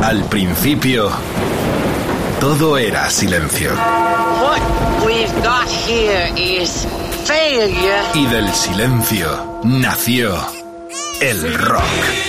Al principio, todo era silencio. What we've got here is failure. Y del silencio nació el rock.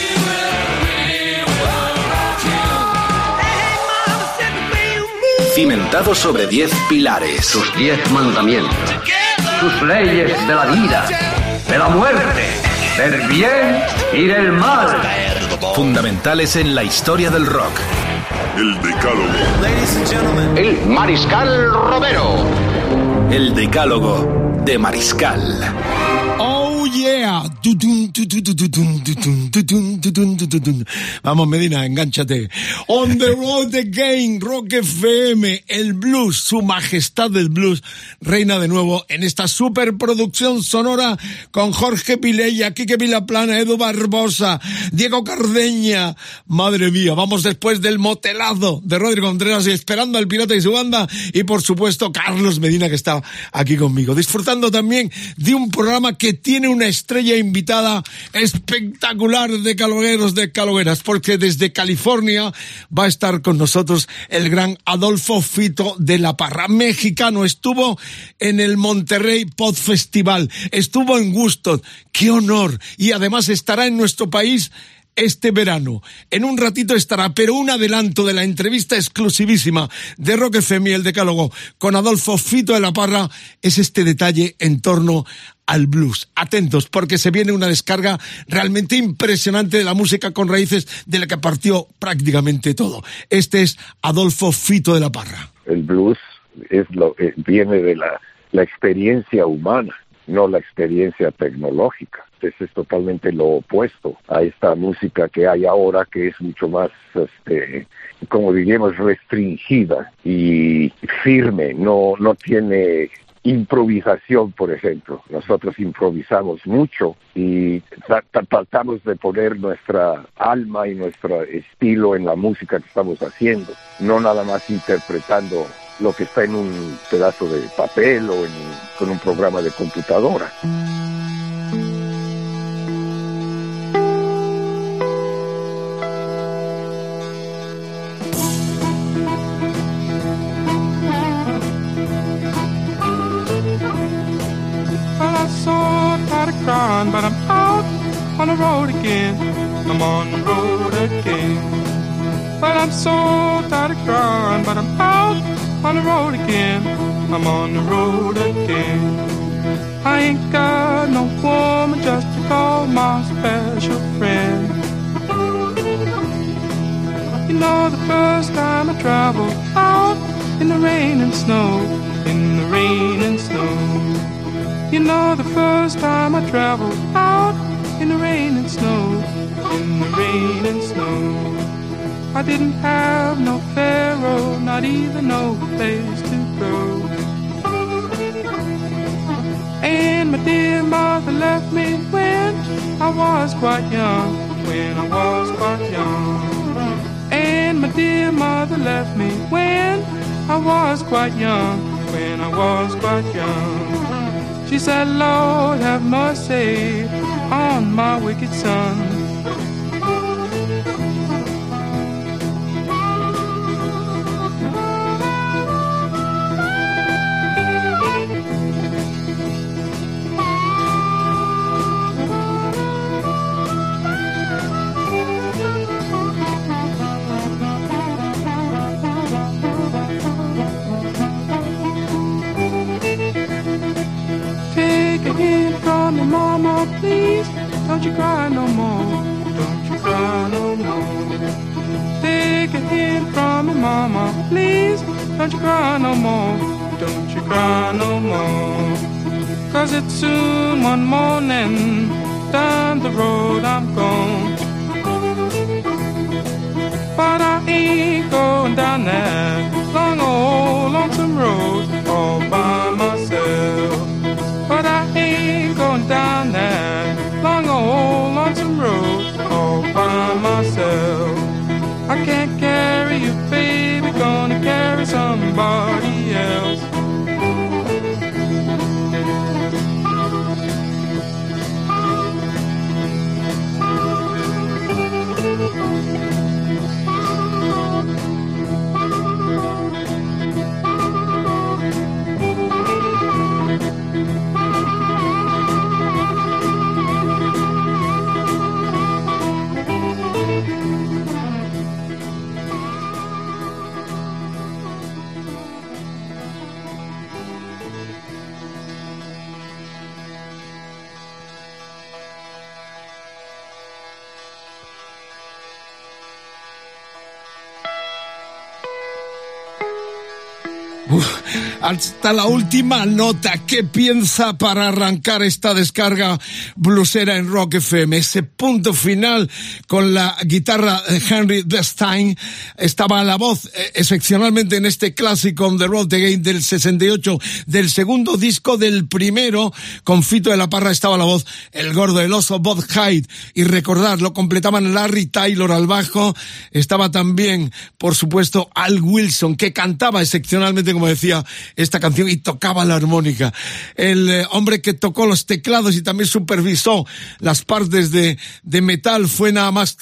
Cimentado sobre 10 pilares. Sus 10 mandamientos. Sus leyes de la vida, de la muerte, del bien y del mal. Fundamentales en la historia del rock. El Decálogo. El Mariscal Romero. El Decálogo de Mariscal. Oh yeah. Vamos, Medina, engánchate. On the road again, Rock FM, el blues, su majestad del blues, reina de nuevo en esta superproducción sonora con Jorge Vilella, Quique Vilaplana, Edu Barbosa, Diego Cardeña. Madre mía, vamos después del motelazo de Rodrigo Contreras y esperando al Pirata y su banda, y por supuesto Carlos Medina, que está aquí conmigo, disfrutando también de un programa que tiene una estrella invitada espectacular de calogueros, de calogueras, porque desde California va a estar con nosotros el gran Adolfo Fito de la Parra, mexicano. Estuvo en el Monterrey Pod Festival, estuvo en Woodstock, qué honor, y además estará en nuestro país este verano. En un ratito estará, pero un adelanto de la entrevista exclusivísima de Rock FM y el Decálogo con Adolfo Fito de la Parra es este detalle en torno al blues. Atentos, porque se viene una descarga realmente impresionante de la música con raíces de la que partió prácticamente todo. Este es Adolfo Fito de la Parra. El blues viene de la experiencia humana, no la experiencia tecnológica. Ese es totalmente lo opuesto a esta música que hay ahora, que es mucho más, como diríamos, restringida y firme, no tiene improvisación, por ejemplo. Nosotros improvisamos mucho y tratamos de poner nuestra alma y nuestro estilo en la música que estamos haciendo, no nada más interpretando lo que está en un pedazo de papel o con un programa de computadora. But I'm out on the road again. I'm on the road again. But I'm so tired of crying. But I'm out on the road again. I'm on the road again. I ain't got no woman just to call my special friend. You know, the first time I traveled out in the rain and snow, in the rain and snow. You know, the first time I traveled out in the rain and snow, in the rain and snow. I didn't have no pharaoh, not even no place to go. And my dear mother left me when I was quite young, when I was quite young. And my dear mother left me when I was quite young, when I was quite young. She said, Lord, have mercy on my wicked son. Mama, please, don't you cry no more. Don't you cry no more. Take a hint from me, Mama, please, don't you cry no more. Don't you cry no more. 'Cause it's soon one morning, down the road I'm gone. But I ain't going down that long old lonesome road all by myself. But I ain't going down that long old lonesome road all by myself. I can't carry you, baby, gonna carry somebody else. Hasta la última nota. ¿Qué piensa para arrancar esta descarga bluesera en Rock FM? Ese punto final con la guitarra de Henry Destein. Estaba la voz excepcionalmente en este clásico On the Road Again del 68, del segundo disco. Del primero, con Fito de la Parra, estaba la voz el gordo, el oso Bob Hyde. Y recordad, lo completaban Larry Taylor al bajo. Estaba también, por supuesto, Al Wilson, que cantaba excepcionalmente, como decía, esta canción, y tocaba la armónica. El hombre que tocó los teclados y también supervisó las partes de metal fue nada más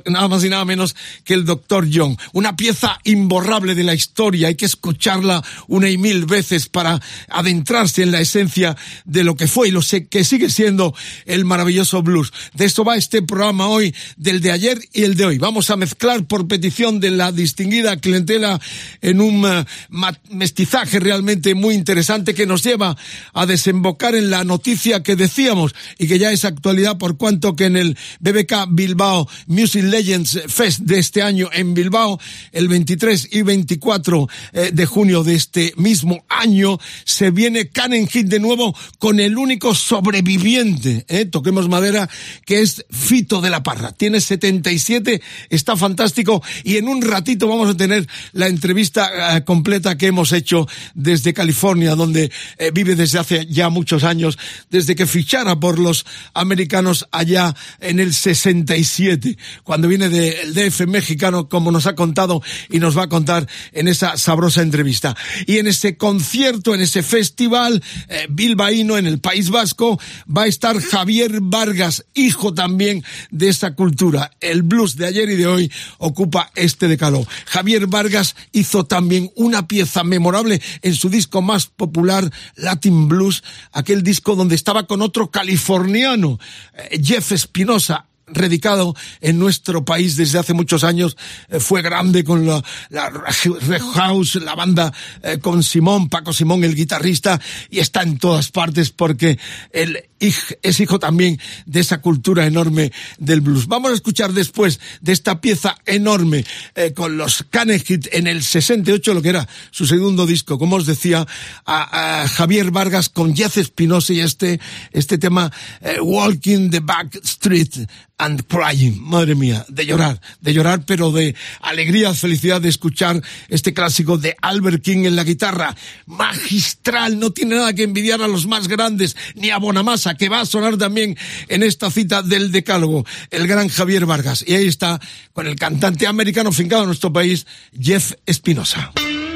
y nada menos que el Dr. John. Una pieza imborrable de la historia. Hay que escucharla una y mil veces para adentrarse en la esencia de lo que fue y lo que sigue siendo el maravilloso blues. De esto va este programa hoy, del de ayer y el de hoy. Vamos a mezclar por petición de la distinguida clientela en un mestizaje realmente muy interesante que nos lleva a desembocar en la noticia que decíamos y que ya es actualidad, por cuanto que en el BBK Bilbao Music Legends Fest de este año en Bilbao, el 23 y 24 de junio de este mismo año, se viene Cannon Hit de nuevo con el único sobreviviente, toquemos madera, que es Fito de la Parra. Tiene 77, está fantástico, y en un ratito vamos a tener la entrevista completa que hemos hecho desde California, donde vive desde hace ya muchos años, desde que fichara por los americanos allá en el 67, cuando viene del DF mexicano, como nos ha contado y nos va a contar en esa sabrosa entrevista. Y en ese concierto, en ese festival bilbaíno en el País Vasco, va a estar Javier Vargas, hijo también de esa cultura. El blues de ayer y de hoy ocupa este decálogo. Javier Vargas hizo también una pieza memorable en su disco más popular, Latin Blues, aquel disco donde estaba con otro californiano, Jeff Espinosa, radicado en nuestro país desde hace muchos años. Fue grande con la Red House, la banda con Paco Simón, el guitarrista, y está en todas partes porque él es hijo también de esa cultura enorme del blues. Vamos a escuchar después de esta pieza enorme con los Cannon Hit en el 68, lo que era su segundo disco, como os decía, a Javier Vargas con Jeff Espinosa y este tema Walking the Back Street and Crying. Madre mía, de llorar, pero de alegría, felicidad de escuchar este clásico de Albert King en la guitarra. Magistral, no tiene nada que envidiar a los más grandes, ni a Bonamassa, que va a sonar también en esta cita del decálogo, el gran Javier Vargas. Y ahí está, con el cantante americano fincado en nuestro país, Jeff Espinosa.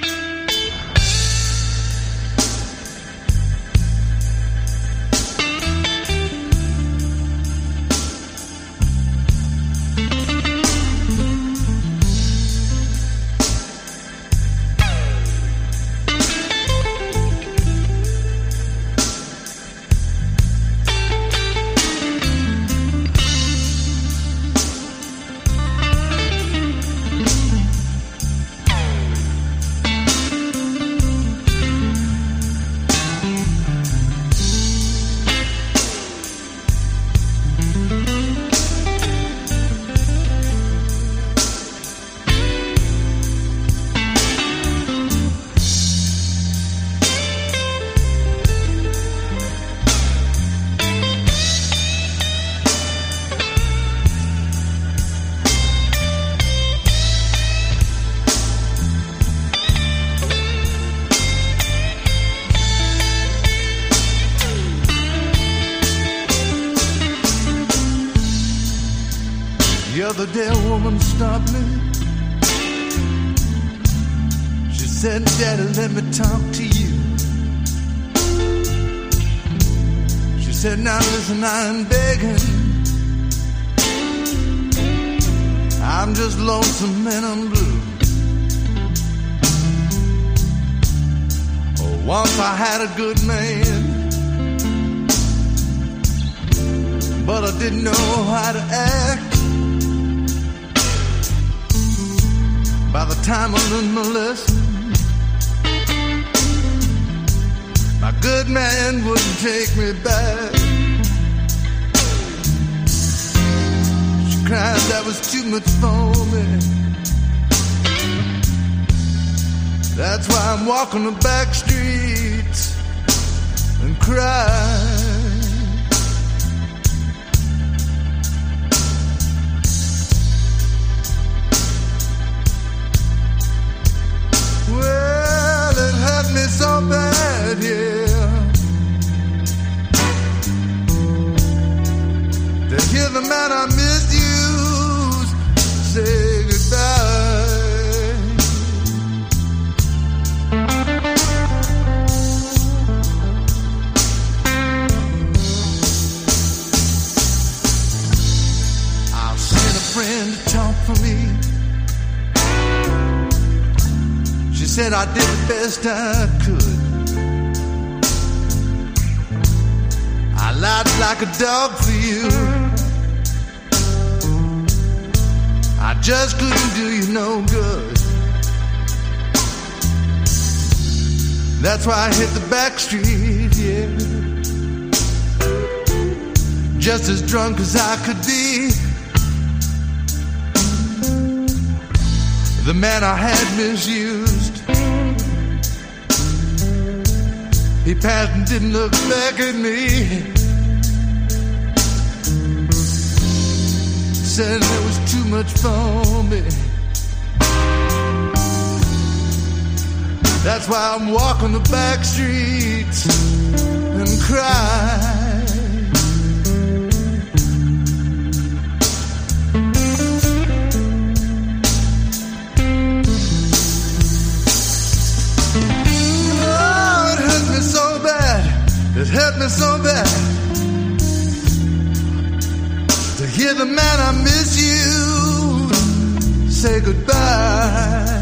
The other day a woman stopped me. She said, Daddy, let me talk to you. She said, now listen, I'm begging. I'm just lonesome and I'm blue. Oh, once I had a good man, but I didn't know how to act. By the time I learned my lesson, my good man wouldn't take me back. She cried that was too much for me. That's why I'm walking the back streets and cry. Well, it hurt me so bad, yeah, to hear the man I misused say goodbye. I'll send a friend to talk for me. She said I did the best I could. I lied like a dog for you. I just couldn't do you no good. That's why I hit the back street, yeah, just as drunk as I could be. The man I had misused, he passed and didn't look back at me. Said it was too much for me. That's why I'm walking the back streets and cry. It hurt me so bad to hear the man I miss you say goodbye.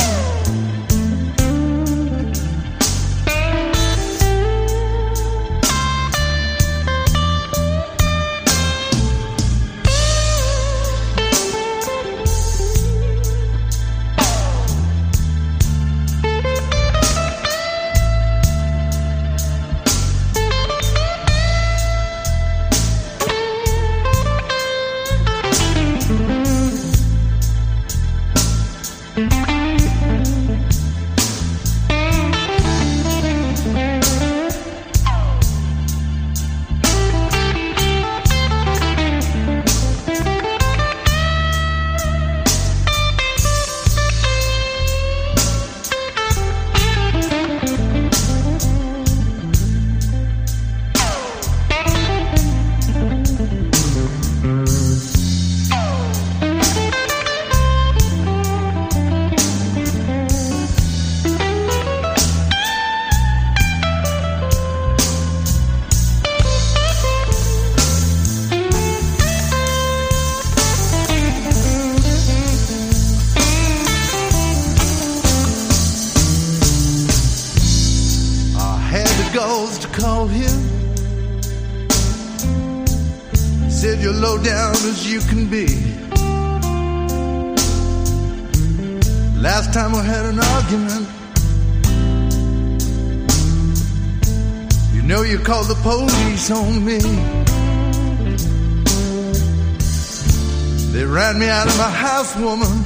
Last time we had an argument, you know you called the police on me. They ran me out of my house, woman,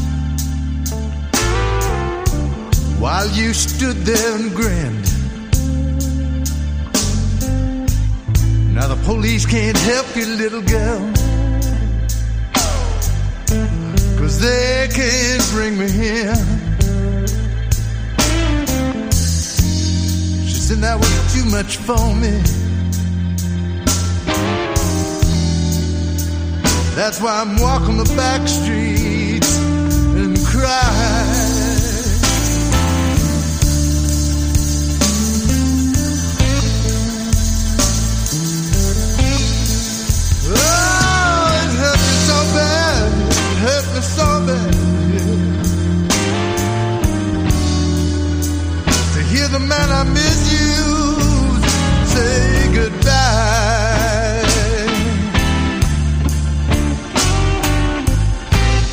while you stood there and grinned. Now the police can't help you, little girl, 'cause they can't bring me here. She said that was too much for me. That's why I'm walking the back streets and cry. Oh, it hurt me so bad. It hurt me so bad, yeah, to hear the man I miss you say goodbye.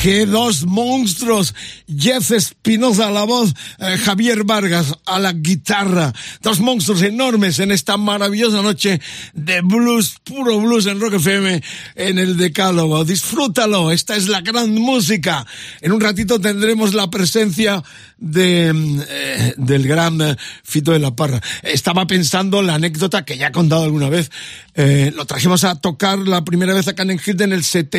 ¡Qué dos monstruos! Jeff Espinosa a la voz, Javier Vargas a la guitarra. Dos monstruos enormes en esta maravillosa noche de blues, puro blues en Rock FM, en el Decálogo. Disfrútalo, esta es la gran música. En un ratito tendremos la presencia del gran Fito de la Parra. Estaba pensando la anécdota que ya he contado alguna vez. Lo trajimos a tocar la primera vez a Canning Heat en el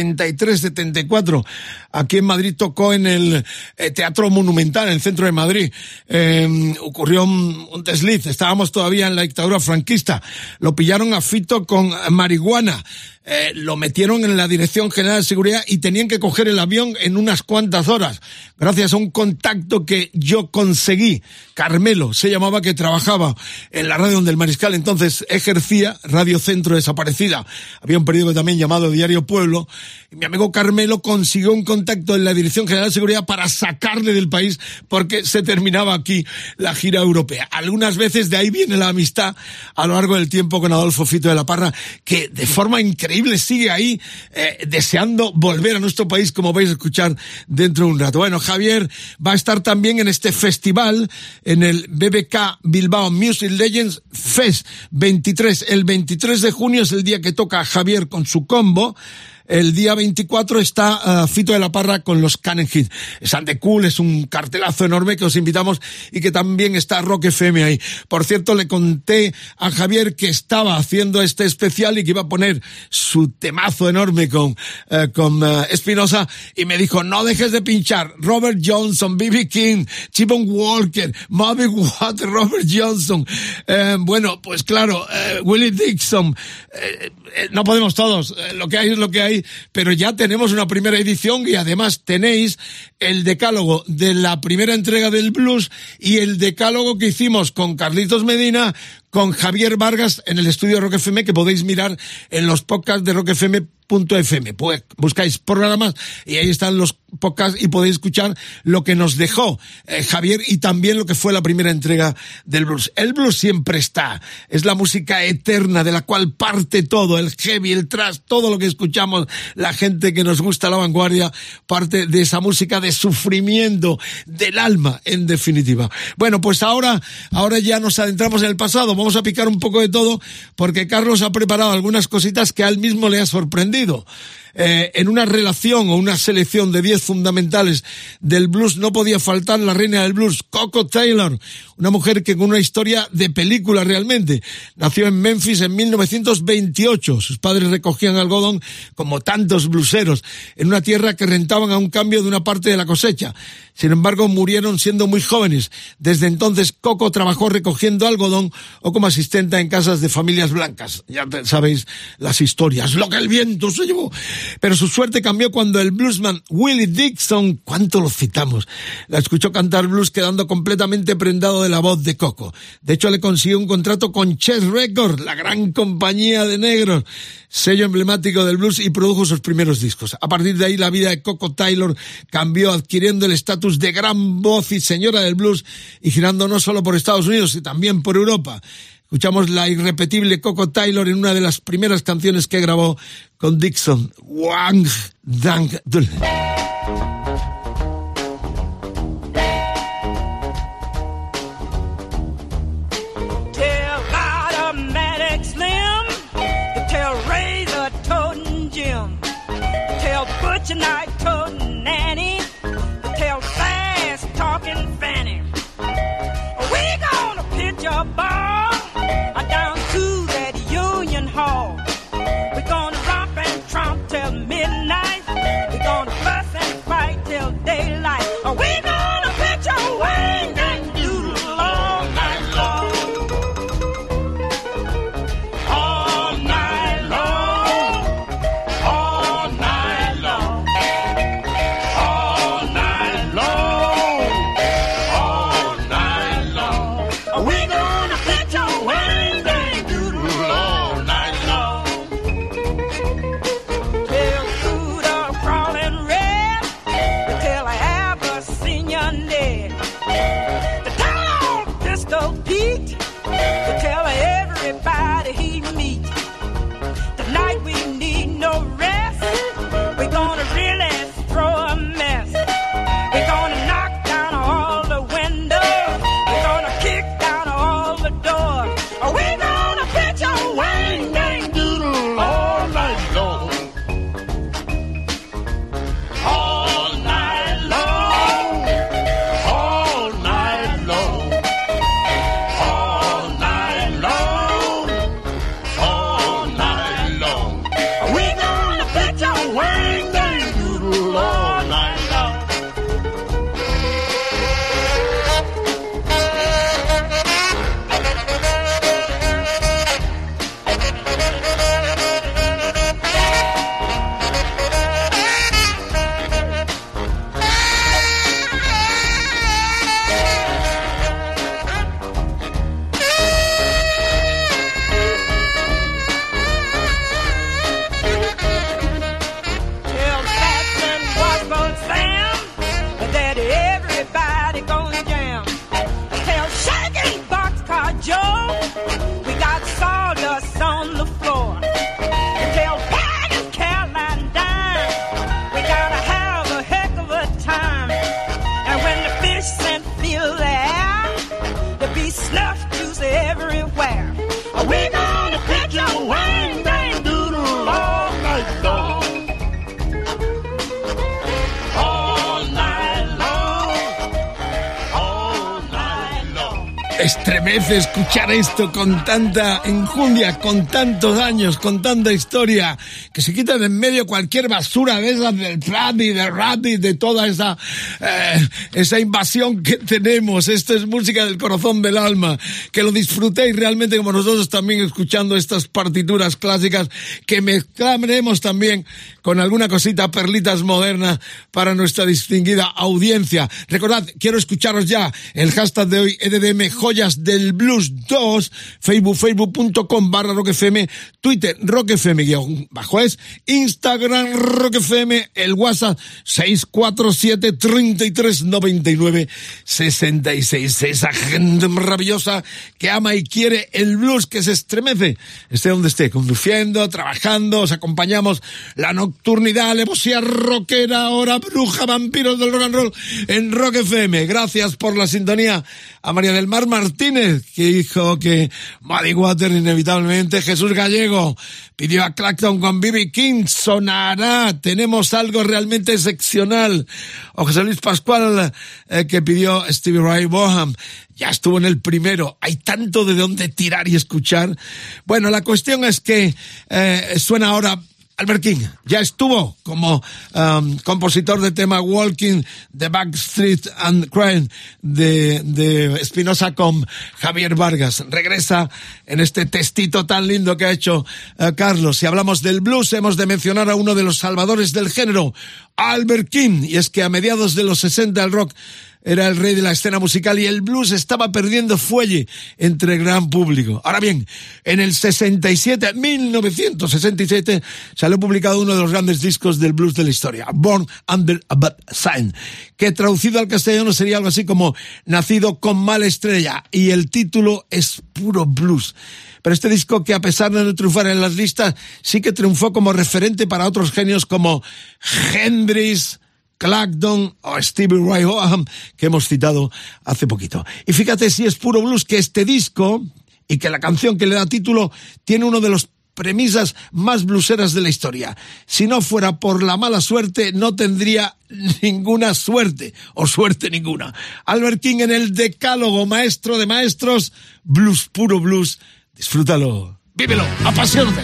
73-74. Aquí en Madrid tocó en el Teatro Monumental, en el centro de Madrid. Ocurrió un desliz. Estábamos todavía en la dictadura franquista. Lo pillaron a Fito con marihuana. Lo metieron en la Dirección General de Seguridad y tenían que coger el avión en unas cuantas horas. Gracias a un contacto que yo conseguí, Carmelo se llamaba, que trabajaba en la radio donde el Mariscal entonces ejercía, Radio Centro Desaparecida. Había un periódico también llamado Diario Pueblo. Y mi amigo Carmelo consiguió un contacto en la Dirección General de Seguridad para sacarle del país porque se terminaba aquí la gira europea. Algunas veces de ahí viene la amistad a lo largo del tiempo con Adolfo Fito de la Parra, que de forma increíble sigue ahí deseando volver a nuestro país, como vais a escuchar dentro de un rato. Bueno, Javier va a estar también en este festival, en el BBK Bilbao Music Legends Fest 23. El 23 de junio es el día que toca Javier con su combo. El día 24 está Fito de la Parra con los Canning Heat. Es And the Cool, es un cartelazo enorme que os invitamos y que también está Rock FM ahí. Por cierto, le conté a Javier que estaba haciendo este especial y que iba a poner su temazo enorme con Espinosa, y me dijo, no dejes de pinchar Robert Johnson, B.B. King, T-Bone Walker, Moby Watt, Robert Johnson. Bueno, pues claro, Willie Dixon. No podemos todos, lo que hay es lo que hay, pero ya tenemos una primera edición y además tenéis el decálogo de la primera entrega del blues y el decálogo que hicimos con Carlitos Medina, con Javier Vargas en el estudio Rock FM, que podéis mirar en los podcasts de Rock FM. Pues buscáis programas y ahí están los podcasts y podéis escuchar lo que nos dejó Javier y también lo que fue la primera entrega del blues. El blues siempre está, es la música eterna de la cual parte todo, el heavy, el thrash, todo lo que escuchamos, la gente que nos gusta la vanguardia, parte de esa música de sufrimiento del alma, en definitiva. Bueno, pues ahora ya nos adentramos en el pasado, vamos a picar un poco de todo porque Carlos ha preparado algunas cositas que a él mismo le ha sorprendido. En una relación o una selección de 10 fundamentales del blues no podía faltar la reina del blues, Coco Taylor, una mujer que con una historia de película realmente. Nació en Memphis en 1928. Sus padres recogían algodón como tantos blueseros en una tierra que rentaban a un cambio de una parte de la cosecha. Sin embargo, murieron siendo muy jóvenes. Desde entonces, Coco trabajó recogiendo algodón o como asistente en casas de familias blancas. Ya sabéis las historias, lo que el viento se llevó. Pero su suerte cambió cuando el bluesman Willie Dixon, ¿cuánto lo citamos?, la escuchó cantar blues quedando completamente prendado de la voz de Coco. De hecho, le consiguió un contrato con Chess Records, la gran compañía de negros, sello emblemático del blues, y produjo sus primeros discos. A partir de ahí, la vida de Coco Taylor cambió, adquiriendo el estatus de gran voz y señora del blues y girando no solo por Estados Unidos, sino también por Europa. Escuchamos la irrepetible Coco Taylor en una de las primeras canciones que grabó con Dixon, Wang Dang Dul. Tonight, toting Nanny, tell fast talking Fanny. We gonna pitch a ball down to that Union Hall. We gonna romp and tromp till midnight. We gonna fuss and fight estremece escuchar esto con tanta enjundia, con tantos años, con tanta historia, que se quita de en medio cualquier basura de esas del trap y del rap y de toda esa invasión que tenemos. Esto es música del corazón, del alma. Que lo disfrutéis realmente como nosotros también escuchando estas partituras clásicas que mezclaremos también con alguna cosita, perlitas modernas para nuestra distinguida audiencia. Recordad, quiero escucharos ya. El hashtag de hoy, EDDM Joyas del Blues 2, facebook.com/rockfm, Twitter rockfm_es, Instagram rockfm, el WhatsApp 647-3399-66. Esa gente maravillosa que ama y quiere el blues, que se estremece, esté donde esté, conduciendo, trabajando, os acompañamos la nocturnidad, alevosía rockera, hora bruja, vampiros del rock and roll en Rock FM. Gracias por la sintonía a María del Mar Martínez, que dijo que Muddy Water inevitablemente. Jesús Gallego pidió a Clapton con B.B. King, sonará, tenemos algo realmente excepcional. O José Luis Pascual, que pidió Stevie Ray Vaughan, ya estuvo en el primero. Hay tanto de dónde tirar y escuchar. Bueno, la cuestión es que suena ahora Albert King. Ya estuvo como compositor de tema Walking the Backstreet and Crying de Espinosa con Javier Vargas. Regresa en este textito tan lindo que ha hecho Carlos. Si hablamos del blues, hemos de mencionar a uno de los salvadores del género, Albert King. Y es que a mediados de los 60 el rock era el rey de la escena musical y el blues estaba perdiendo fuelle entre el gran público. Ahora bien, en el 1967, salió publicado uno de los grandes discos del blues de la historia, Born Under a Bad Sign, que traducido al castellano sería algo así como Nacido con mala estrella, y el título es puro blues. Pero este disco, que a pesar de no triunfar en las listas, sí que triunfó como referente para otros genios como Hendrix, Clapton o Stevie Ray Vaughan, que hemos citado hace poquito. Y fíjate si es puro blues que este disco, y que la canción que le da título, tiene uno de los premisas más blueseras de la historia. Si no fuera por la mala suerte, no tendría ninguna suerte, o suerte ninguna. Albert King en el decálogo, maestro de maestros, blues, puro blues. Disfrútalo, vívelo, apasionate.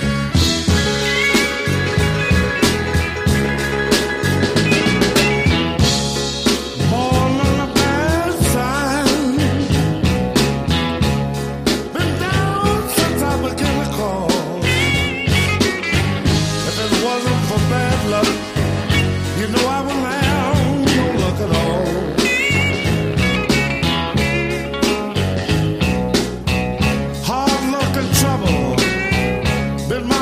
Been my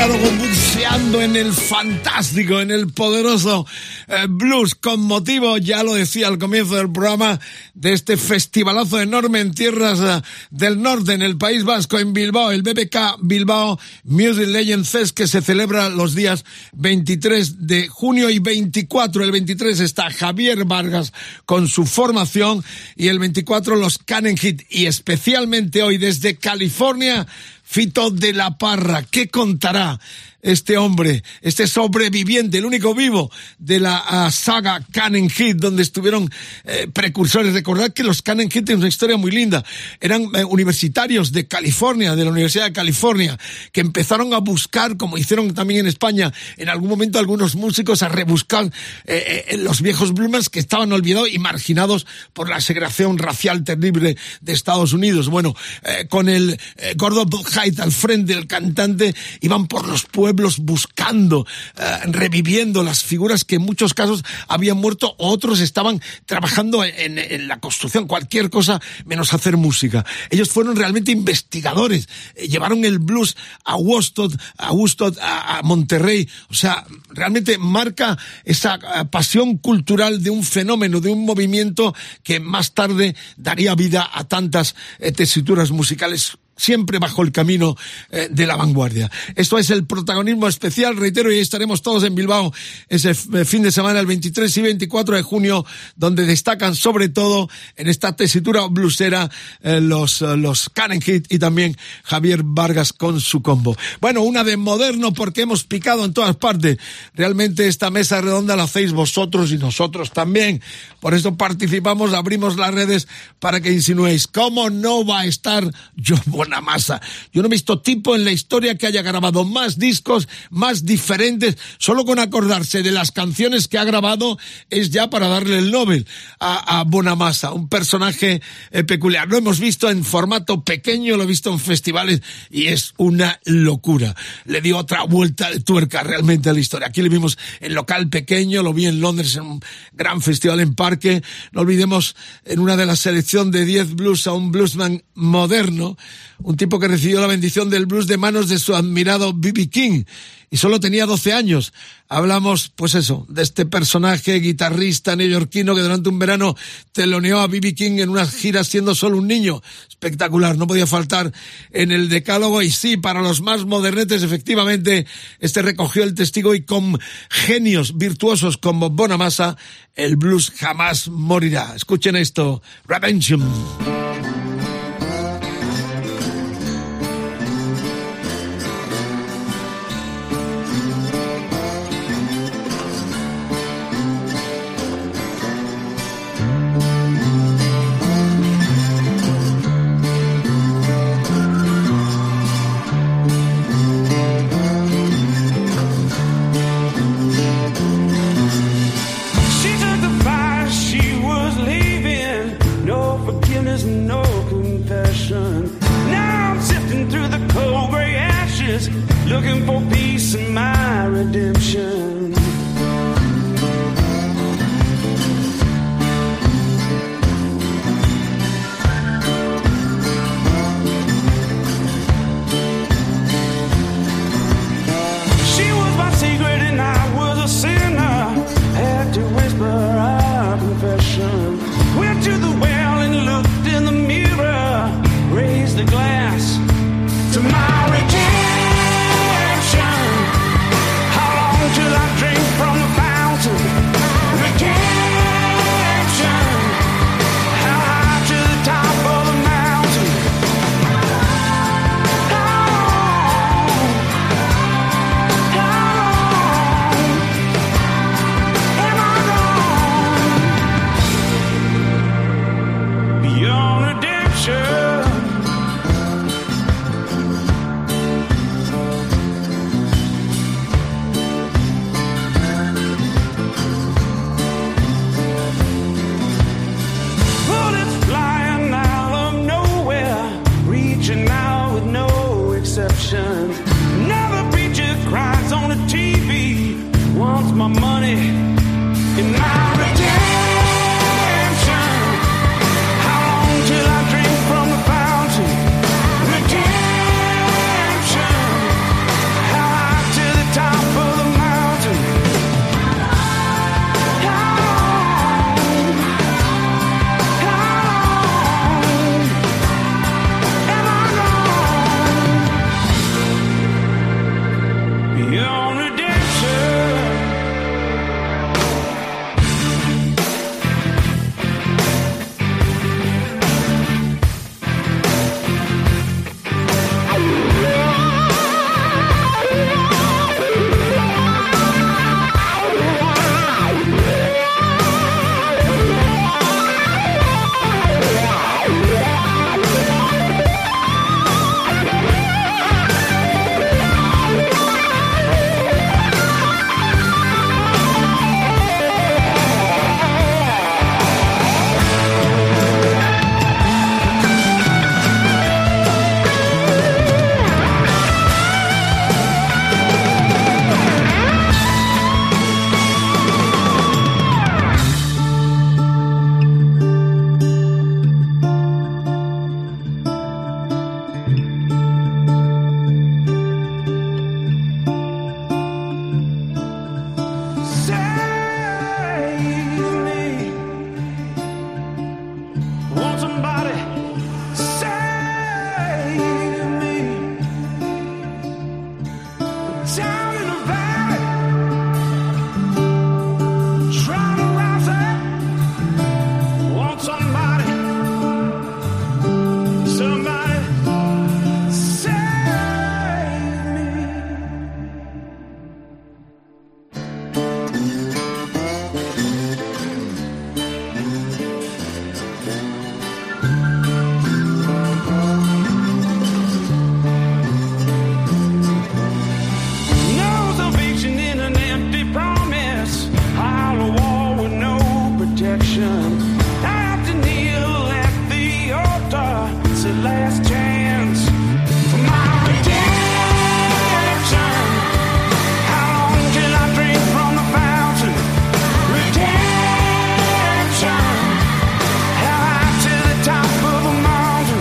decálogo buceando en el fantástico, en el poderoso blues, con motivo, ya lo decía al comienzo del programa, de este festivalazo enorme en tierras del norte, en el País Vasco, en Bilbao, el BBK Bilbao Music Legends Fest, que se celebra los días 23 de junio y 24. El 23 está Javier Vargas con su formación y el 24 los Cannon Hit, y especialmente hoy desde California, Fito de la Parra. ¿Qué contará este hombre, este sobreviviente, el único vivo de la saga Cannon Hit, donde estuvieron precursores? Recordad que los Cannon Hit tienen una historia muy linda. Eran universitarios de California, de la Universidad de California, que empezaron a buscar, como hicieron también en España, en algún momento algunos músicos, a rebuscar los viejos bluesmen que estaban olvidados y marginados por la segregación racial terrible de Estados Unidos. Bueno, con el gordo Bob Hyde al frente, el cantante, iban por los pueblos buscando, reviviendo las figuras que en muchos casos habían muerto, o otros estaban trabajando en la construcción, cualquier cosa menos hacer música. Ellos fueron realmente investigadores, llevaron el blues a Woodstock, a Monterrey. O sea, realmente marca esa pasión cultural de un fenómeno, de un movimiento que más tarde daría vida a tantas tesituras musicales, siempre bajo el camino de la vanguardia. Esto es el protagonismo especial, reitero, y estaremos todos en Bilbao ese fin de semana, el 23 y 24 de junio, donde destacan sobre todo en esta tesitura bluesera los Cannon Hit y también Javier Vargas con su combo. Bueno, una de moderno, porque hemos picado en todas partes. Realmente esta mesa redonda la hacéis vosotros y nosotros también. Por eso participamos, abrimos las redes para que insinuéis. ¿Cómo no va a estar Joe Bonamassa? Yo no he visto tipo en la historia que haya grabado más discos, más diferentes. Solo con acordarse de las canciones que ha grabado es ya para darle el Nobel a Bonamassa. Un personaje peculiar. Lo hemos visto en formato pequeño, lo he visto en festivales y es una locura. Le dio otra vuelta de tuerca realmente a la historia. Aquí le vimos en local pequeño, lo vi en Londres en un gran festival en Parque. No olvidemos en una de las selecciones de 10 blues a un bluesman moderno, un tipo que recibió la bendición del blues de manos de su admirado B.B. King y solo tenía 12 años. Hablamos, pues eso, de este personaje guitarrista neoyorquino que durante un verano teloneó a B.B. King en unas giras siendo solo un niño. Espectacular, no podía faltar en el decálogo. Y sí, para los más modernetes, efectivamente, este recogió el testigo, y con genios virtuosos como Bonamassa, el blues jamás morirá. Escuchen esto, Redemption. Looking for peace and my redemption. She was my secret and I was a sinner. Had to whisper our confession. Went to the well and looked in the mirror. Raised the glass to my redemption. Till I drink from the fountain. Redemption. How high to the top of the mountain. How long am I gone? Beyond redemption. Another preacher cries on the TV, wants my money and my redemption. How long till I drink from the fountain? Redemption. How high rejection. I have to kneel at the altar. It's the last chance for my redemption. How long till I drink from the fountain? Redemption. How high to the top of a mountain?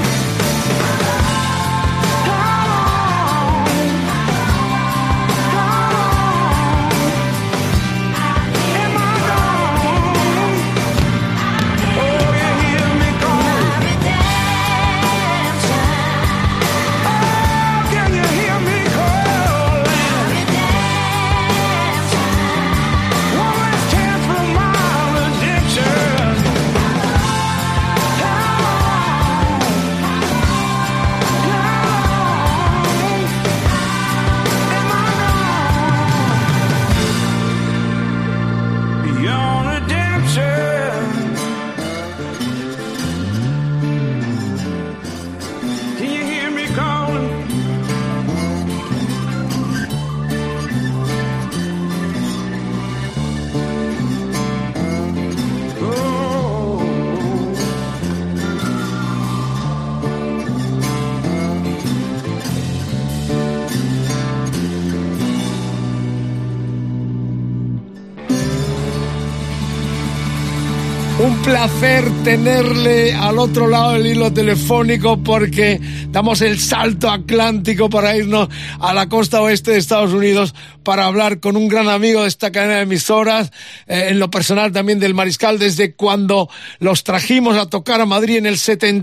Un placer tenerle al otro lado del hilo telefónico porque damos el salto atlántico para irnos a la costa oeste de Estados Unidos para hablar con un gran amigo de esta cadena de emisoras, en lo personal también del Mariscal, desde cuando los trajimos a tocar a Madrid en el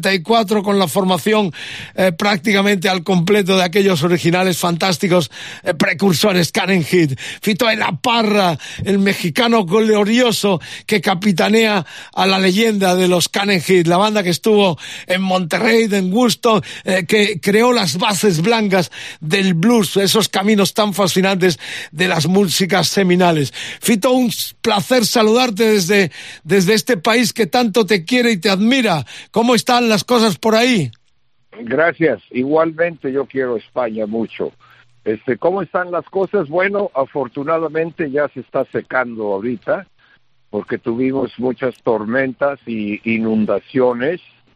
74 con la formación prácticamente al completo de aquellos originales fantásticos precursores Cannon Heat. Fito de la Parra, el mexicano glorioso que capitanea a la leyenda de los Cannon Heat, la banda que estuvo en Monterrey, en Woodstock, que creó las bases blancas del blues, esos caminos tan fascinantes de las músicas seminales. Fito, un placer saludarte desde este país que tanto te quiere y te admira. ¿Cómo están las cosas por ahí? Gracias. Igualmente yo quiero España mucho. ¿Cómo están las cosas? Bueno, afortunadamente ya se está secando ahorita, porque tuvimos muchas tormentas y inundaciones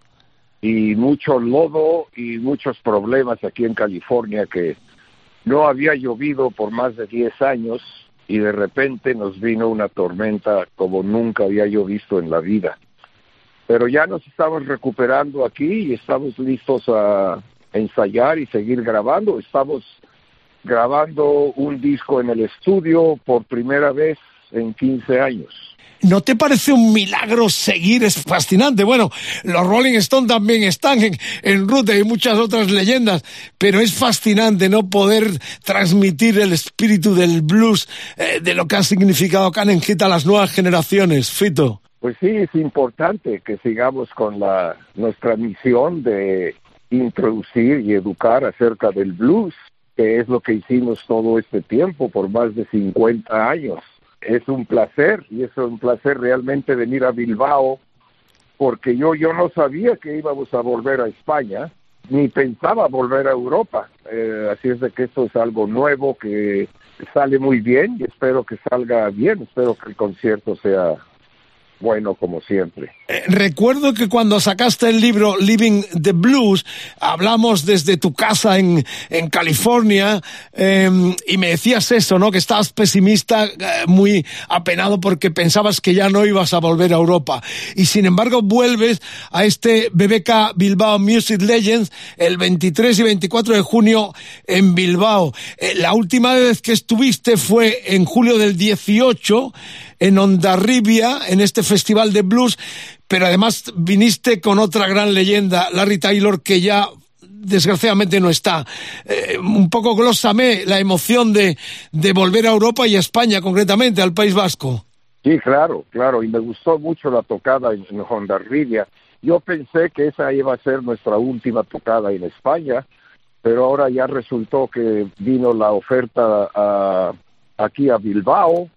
y mucho lodo y muchos problemas aquí en California, que no había llovido por más de 10 años y de repente nos vino una tormenta como nunca había yo visto en la vida. Pero ya nos estamos recuperando aquí y estamos listos a ensayar y seguir grabando. Estamos grabando un disco en el estudio por primera vez en 15 años. ¿No te parece un milagro seguir? Es fascinante. Bueno, los Rolling Stones también están en ruta y muchas otras leyendas, pero es fascinante no poder transmitir el espíritu del blues, de lo que ha significado Cannon Heat a las nuevas generaciones. Fito. Pues sí, es importante que sigamos con nuestra misión de introducir y educar acerca del blues, que es lo que hicimos todo este tiempo, por más de 50 años. Es un placer, y es un placer realmente venir a Bilbao, porque yo no sabía que íbamos a volver a España, ni pensaba volver a Europa. Así es de que esto es algo nuevo que sale muy bien, y espero que salga bien, espero que el concierto sea bueno como siempre. Recuerdo que cuando sacaste el libro Living the Blues, hablamos desde tu casa en California, y me decías eso, ¿no? Que estabas pesimista, muy apenado porque pensabas que ya no ibas a volver a Europa. Y sin embargo vuelves a este BBK Bilbao Music Legends el 23 y 24 de junio en Bilbao. La última vez que estuviste fue en julio del 18 en Hondarribia, en este festival de blues, pero además viniste con otra gran leyenda, Larry Taylor, que ya desgraciadamente no está. Un poco glósame la emoción de volver a Europa y a España, concretamente, al País Vasco. Sí, claro, y me gustó mucho la tocada en Hondarribia. Yo pensé que esa iba a ser nuestra última tocada en España, pero ahora ya resultó que vino la oferta aquí a Bilbao,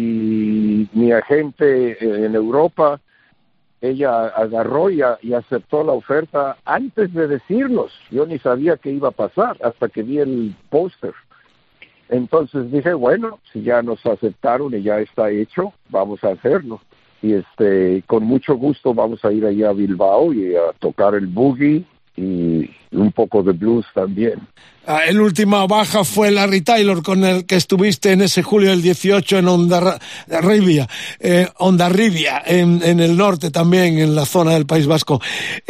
y mi agente en Europa, ella agarró y aceptó la oferta antes de decirnos. Yo ni sabía qué iba a pasar hasta que vi el póster. Entonces dije, bueno, si ya nos aceptaron y ya está hecho, vamos a hacerlo. y con mucho gusto vamos a ir allá a Bilbao y a tocar el boogie y un poco de blues también. El último baja fue Larry Taylor, con el que estuviste en ese julio del 18 en Hondarribia, en el norte también, en la zona del País Vasco.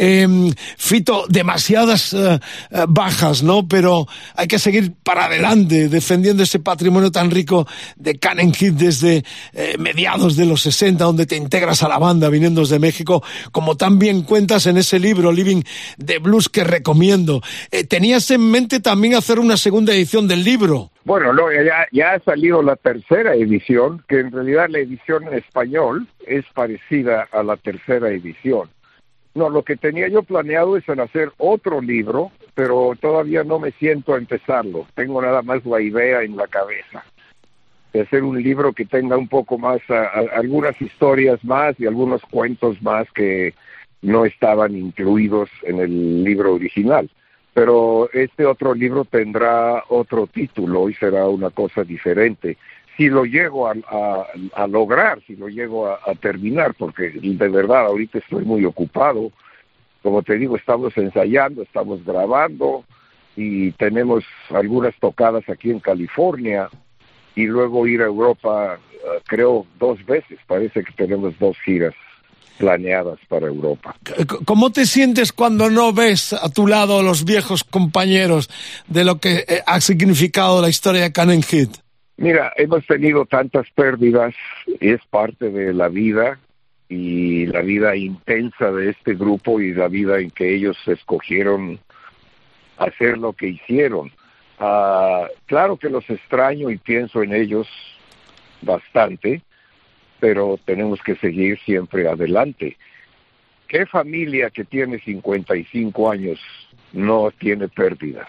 Fito, demasiadas bajas, ¿no? Pero hay que seguir para adelante, defendiendo ese patrimonio tan rico de Cannon Heat desde mediados de los 60, donde te integras a la banda viniendo desde México, como tan bien cuentas en ese libro, Living the Blues, que recomiendo. ¿Tenías en mente también hacer una segunda edición del libro? Bueno, no, ya ha salido la tercera edición, que en realidad la edición en español es parecida a la tercera edición. No, lo que tenía yo planeado es en hacer otro libro, pero todavía no me siento a empezarlo. Tengo nada más la idea en la cabeza de hacer un libro que tenga un poco más, algunas historias más y algunos cuentos más que no estaban incluidos en el libro original. Pero este otro libro tendrá otro título y será una cosa diferente. Si lo llego a lograr, si lo llego a terminar, porque de verdad ahorita estoy muy ocupado. Como te digo, estamos ensayando, estamos grabando y tenemos algunas tocadas aquí en California y luego ir a Europa, creo 2 veces. Parece que tenemos 2 giras planeadas para Europa. ¿Cómo te sientes cuando no ves a tu lado a los viejos compañeros de lo que ha significado la historia de Cannon Heat? Mira, hemos tenido tantas pérdidas, es parte de la vida y la vida intensa de este grupo y la vida en que ellos escogieron hacer lo que hicieron. Claro que los extraño y pienso en ellos bastante, pero tenemos que seguir siempre adelante. ¿Qué familia que tiene 55 años no tiene pérdidas?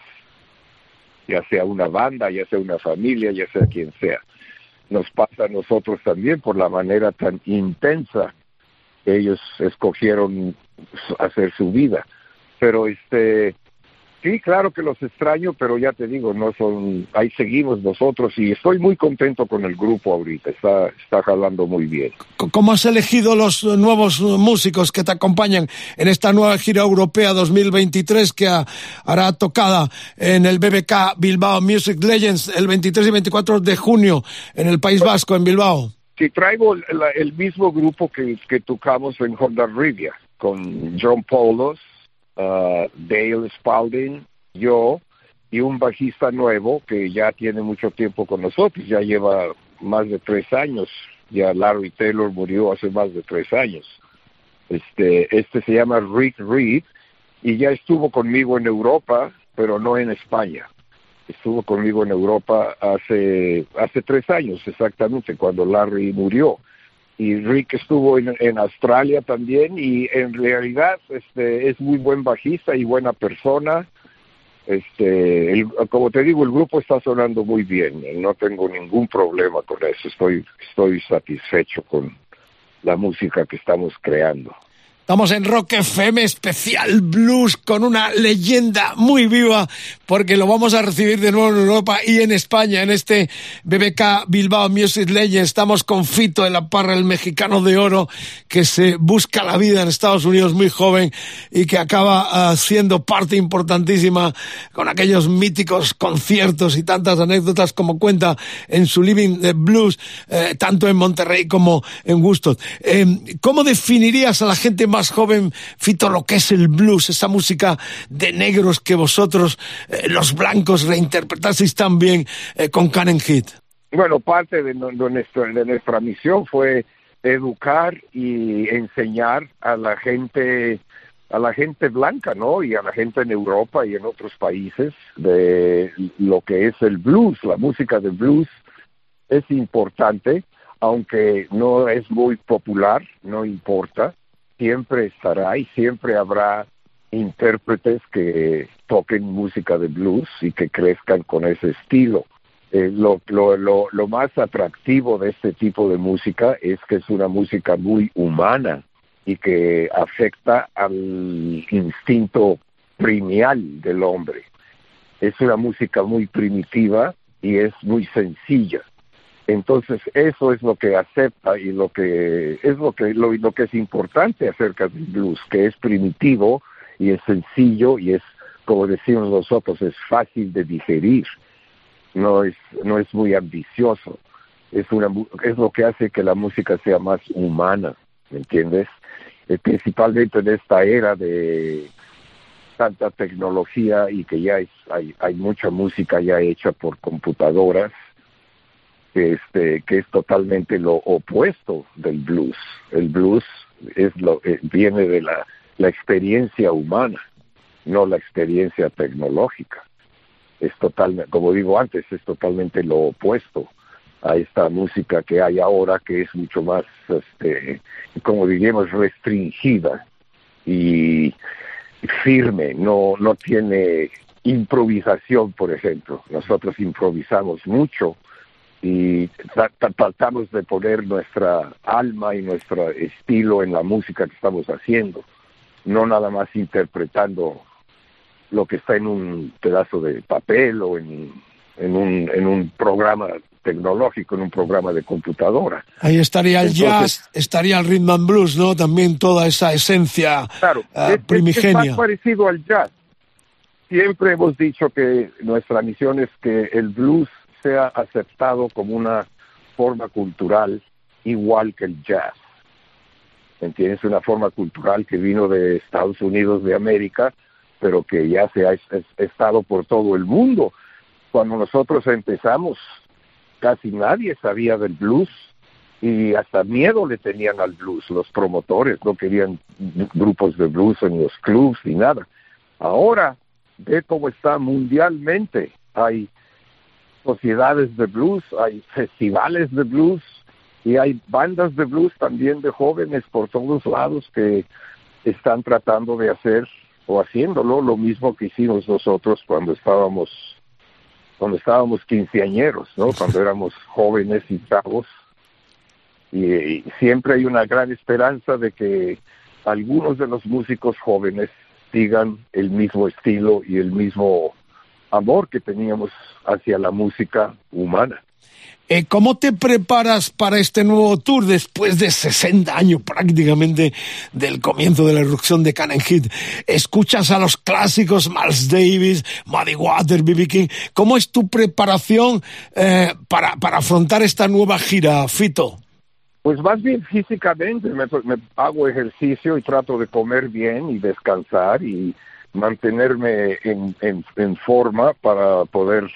Ya sea una banda, ya sea una familia, ya sea quien sea. Nos pasa a nosotros también por la manera tan intensa que ellos escogieron hacer su vida. Pero sí, claro que los extraño, pero ya te digo, ahí seguimos nosotros y estoy muy contento con el grupo ahorita, está jalando muy bien. ¿Cómo has elegido los nuevos músicos que te acompañan en esta nueva gira europea 2023 que hará tocada en el BBK Bilbao Music Legends el 23 y 24 de junio en el País Vasco, en Bilbao? Sí, traigo el mismo grupo que tocamos en Hondarribia, con John Paulos, Dale Spalding, yo y un bajista nuevo que ya tiene mucho tiempo con nosotros, ya lleva más de 3 años, ya Larry Taylor murió hace más de 3 años. Este se llama Rick Reed y ya estuvo conmigo en Europa, pero no en España. Estuvo conmigo en Europa hace 3 años exactamente, cuando Larry murió. Y Rick estuvo en Australia también y en realidad es muy buen bajista y buena persona. Como te digo, el grupo está sonando muy bien, no tengo ningún problema con eso, estoy satisfecho con la música que estamos creando. Estamos en Rock FM especial blues con una leyenda muy viva porque lo vamos a recibir de nuevo en Europa y en España en este BBK Bilbao Music Legends. Estamos con Fito de la Parra, el mexicano de oro que se busca la vida en Estados Unidos muy joven y que acaba siendo parte importantísima con aquellos míticos conciertos y tantas anécdotas como cuenta en su Living the Blues, tanto en Monterrey como en Woodstock. ¿Cómo definirías a la gente más joven, Fito, lo que es el blues, esa música de negros que vosotros, los blancos, reinterpretasteis tan bien con Cannon Heat? Bueno, parte de nuestra misión fue educar y enseñar a la gente blanca, ¿no? Y a la gente en Europa y en otros países de lo que es el blues. La música de blues es importante, aunque no es muy popular, no importa. Siempre estará y siempre habrá intérpretes que toquen música de blues y que crezcan con ese estilo. Lo más atractivo de este tipo de música es que es una música muy humana y que afecta al instinto primal del hombre. Es una música muy primitiva y es muy sencilla. Entonces eso es lo que acepta y lo que es importante acerca del blues, que es primitivo y es sencillo y es, como decimos nosotros, es fácil de digerir, no es muy ambicioso, es lo que hace que la música sea más humana, ¿me entiendes? Principalmente en esta era de tanta tecnología y que ya hay mucha música ya hecha por computadoras, que es totalmente lo opuesto del blues. El blues viene de la experiencia humana, no la experiencia tecnológica. Es totalmente, como digo antes, es totalmente lo opuesto a esta música que hay ahora, que es mucho más, como diríamos, restringida y firme, no tiene improvisación, por ejemplo. Nosotros improvisamos mucho y tratamos de poner nuestra alma y nuestro estilo en la música que estamos haciendo, no nada más interpretando lo que está en un pedazo de papel o en un programa tecnológico, en un programa de computadora. Ahí estaría el jazz, estaría el rhythm and blues, ¿no? También toda esa esencia, claro, primigenia. Es más parecido al jazz. Siempre hemos dicho que nuestra misión es que el blues sea aceptado como una forma cultural igual que el jazz. ¿Entiendes? Una forma cultural que vino de Estados Unidos de América, pero que ya se ha estado por todo el mundo. Cuando nosotros empezamos, casi nadie sabía del blues y hasta miedo le tenían al blues. Los promotores no querían grupos de blues en los clubs ni nada. Ahora, ve cómo está mundialmente. Hay sociedades de blues, hay festivales de blues y hay bandas de blues también de jóvenes por todos lados que están tratando de hacer o haciéndolo lo mismo que hicimos nosotros cuando estábamos quinceañeros, ¿no? Cuando éramos jóvenes y chavos. Y siempre hay una gran esperanza de que algunos de los músicos jóvenes sigan el mismo estilo y el mismo amor que teníamos hacia la música humana. ¿Cómo te preparas para este nuevo tour después de 60 años prácticamente del comienzo de la irrupción de Can and Heat? ¿Escuchas a los clásicos, Miles Davis, Muddy Waters, B.B. King? ¿Cómo es tu preparación para afrontar esta nueva gira, Fito? Pues más bien físicamente, me hago ejercicio y trato de comer bien y descansar y mantenerme en forma para poder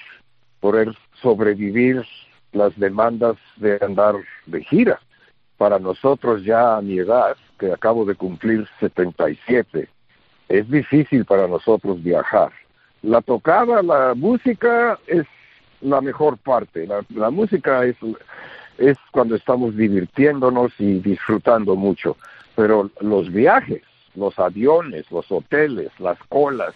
sobrevivir las demandas de andar de gira. Para nosotros ya a mi edad, que acabo de cumplir 77, es difícil para nosotros viajar. La tocada, la música es la mejor parte. La música es cuando estamos divirtiéndonos y disfrutando mucho. Pero los viajes, los aviones, los hoteles, las colas,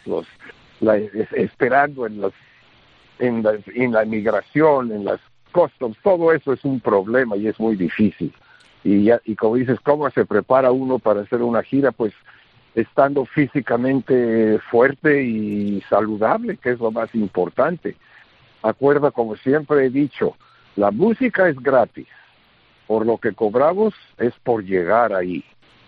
esperando en la migración, en las customs, todo eso es un problema y es muy difícil. Y como dices, ¿cómo se prepara uno para hacer una gira? Pues estando físicamente fuerte y saludable, que es lo más importante. Acuerda, como siempre he dicho, la música es gratis. Por lo que cobramos es por llegar ahí.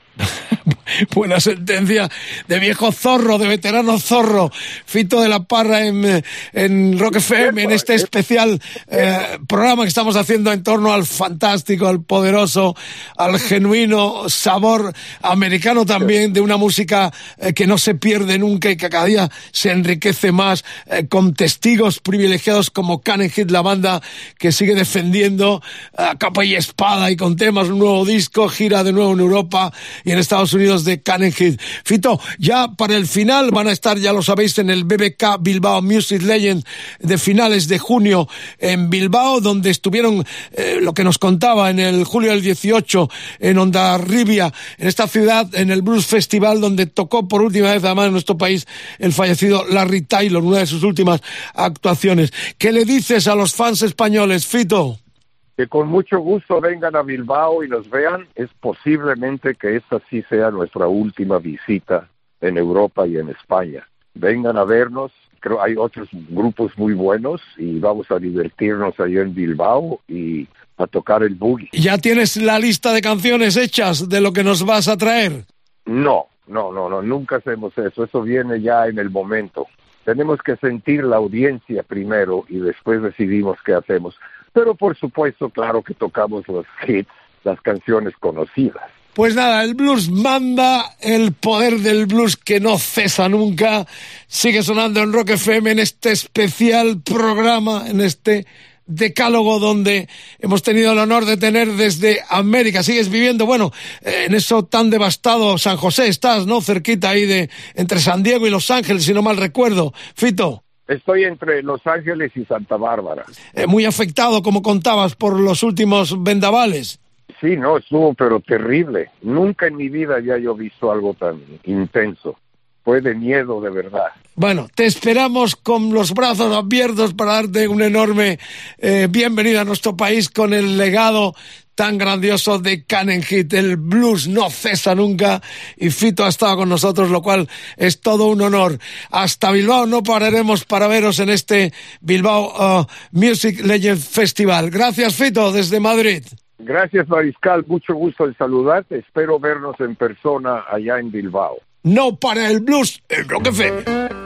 Buena sentencia de viejo zorro, de veterano zorro. Fito de la Parra en Rock FM, en este especial programa que estamos haciendo en torno al fantástico, al poderoso, al genuino sabor americano también, de una música que no se pierde nunca y que cada día se enriquece más, con testigos privilegiados como Can and Heat, la banda que sigue defendiendo a capa y espada y con temas, un nuevo disco, gira de nuevo en Europa y en Estados Unidos de Can and Heat. Fito, ya para el final van a estar, ya lo sabéis, en el BBK Bilbao Music Legends de finales de junio en Bilbao, donde estuvieron, lo que nos contaba, en el julio del 18 en Hondarribia, en esta ciudad, en el Blues Festival, donde tocó por última vez además en nuestro país el fallecido Larry Taylor, una de sus últimas actuaciones. ¿Qué le dices a los fans españoles, Fito? Que con mucho gusto vengan a Bilbao y nos vean. Es posiblemente que esta sí sea nuestra última visita en Europa y en España. Vengan a vernos creo hay otros grupos muy buenos y vamos a divertirnos allá en Bilbao y a tocar el boogie. ¿Ya tienes la lista de canciones hechas de lo que nos vas a traer? No, nunca hacemos eso. Eso viene ya en el momento. Tenemos que sentir la audiencia primero y después decidimos qué hacemos. Pero por supuesto, claro que tocamos los hits, las canciones conocidas. Pues nada, el blues manda, el poder del blues que no cesa nunca, sigue sonando en Rock FM en este especial programa, en este decálogo donde hemos tenido el honor de tener desde América. Sigues viviendo, bueno, en eso tan devastado San José estás, ¿no? Cerquita ahí entre San Diego y Los Ángeles, si no mal recuerdo. Fito. Estoy entre Los Ángeles y Santa Bárbara. Muy afectado, como contabas, por los últimos vendavales. Sí, no, estuvo pero terrible. Nunca en mi vida había yo visto algo tan intenso. Fue de miedo, de verdad. Bueno, te esperamos con los brazos abiertos para darte una enorme bienvenida a nuestro país con el legado tan grandioso de Cannon Hit. El blues no cesa nunca y Fito ha estado con nosotros, lo cual es todo un honor. Hasta Bilbao no pararemos para veros en este Bilbao Music Legends Festival. Gracias, Fito, desde Madrid. Gracias, Mariscal. Mucho gusto en saludarte. Espero vernos en persona allá en Bilbao. No para el blues en Rock FM.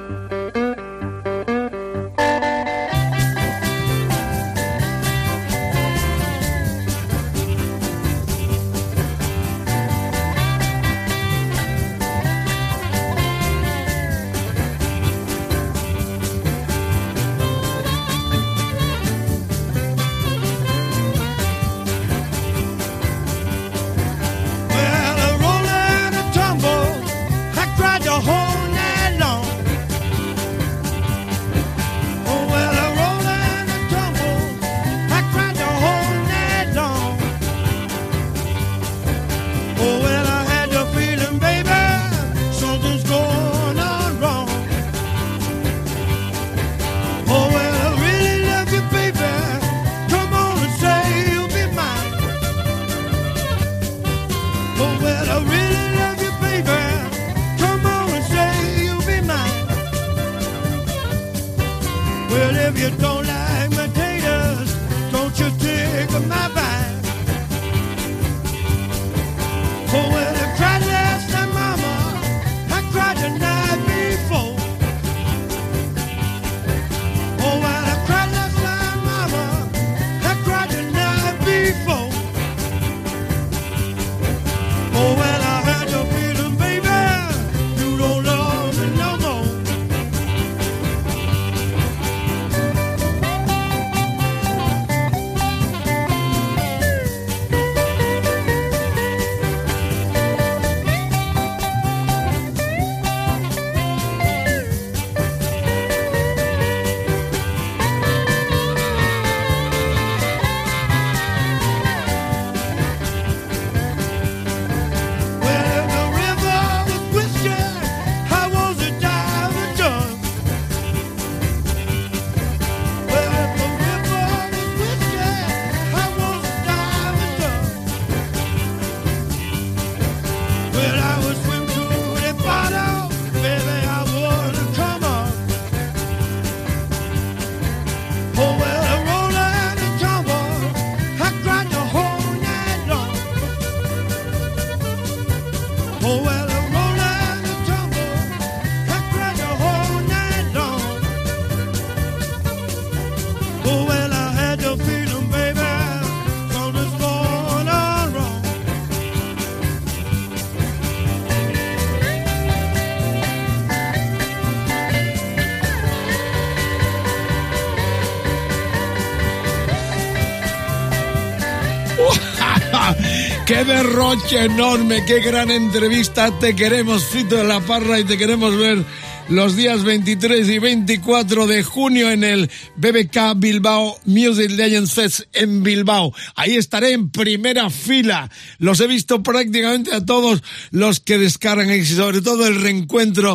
¡Qué derroche enorme! ¡Qué gran entrevista! Te queremos, Fito de la Parra, y te queremos ver los días 23 y 24 de junio en el BBK Bilbao Music Legends Fest en Bilbao. Ahí estaré en primera fila. Los he visto prácticamente a todos los que descargan y sobre todo el reencuentro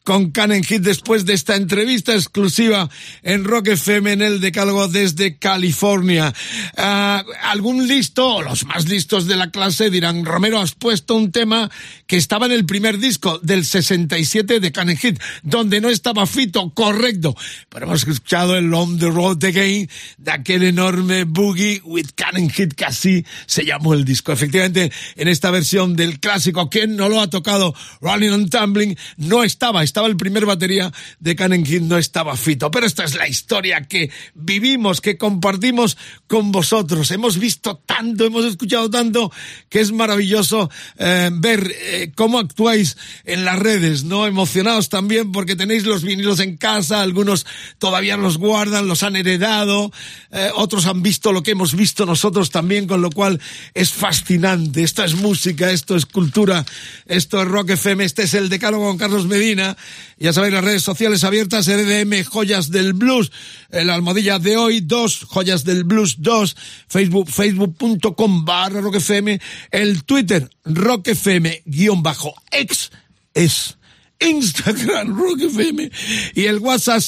con Can Hit después de esta entrevista exclusiva en Rock FM en el Decálogo desde California. Algún listo, los más listos de la clase dirán, Romero, has puesto un tema que estaba en el primer disco del 67 de Can Hit, donde no estaba Fito, correcto, pero hemos escuchado el On the Road Again de aquel enorme Boogie with Can Hit, que así se llamó el disco. Efectivamente, en esta versión del clásico, ¿quién no lo ha tocado? Rolling on Tumbling, no estaba el primer batería de Can Hit, no estaba Fito, pero esta es la historia que vivimos, que compartimos con vosotros. Hemos visto tanto, hemos escuchado tanto, que es maravilloso ver cómo actuáis en las redes, ¿no? Emocionados también porque tenéis los vinilos en casa, algunos todavía los guardan, los han heredado, otros han visto lo que hemos visto nosotros también, con lo cual es fascinante. Esto es música, esto es cultura, esto es Rock FM, este es el Decálogo con Carlos Medina. Ya sabéis, las redes sociales abiertas, RDM Joyas del Blues, la almohadilla de hoy 2, Joyas del Blues 2, facebook.com/Rock FM, el Twitter Rock FM_X es Instagram Rock FM y el WhatsApp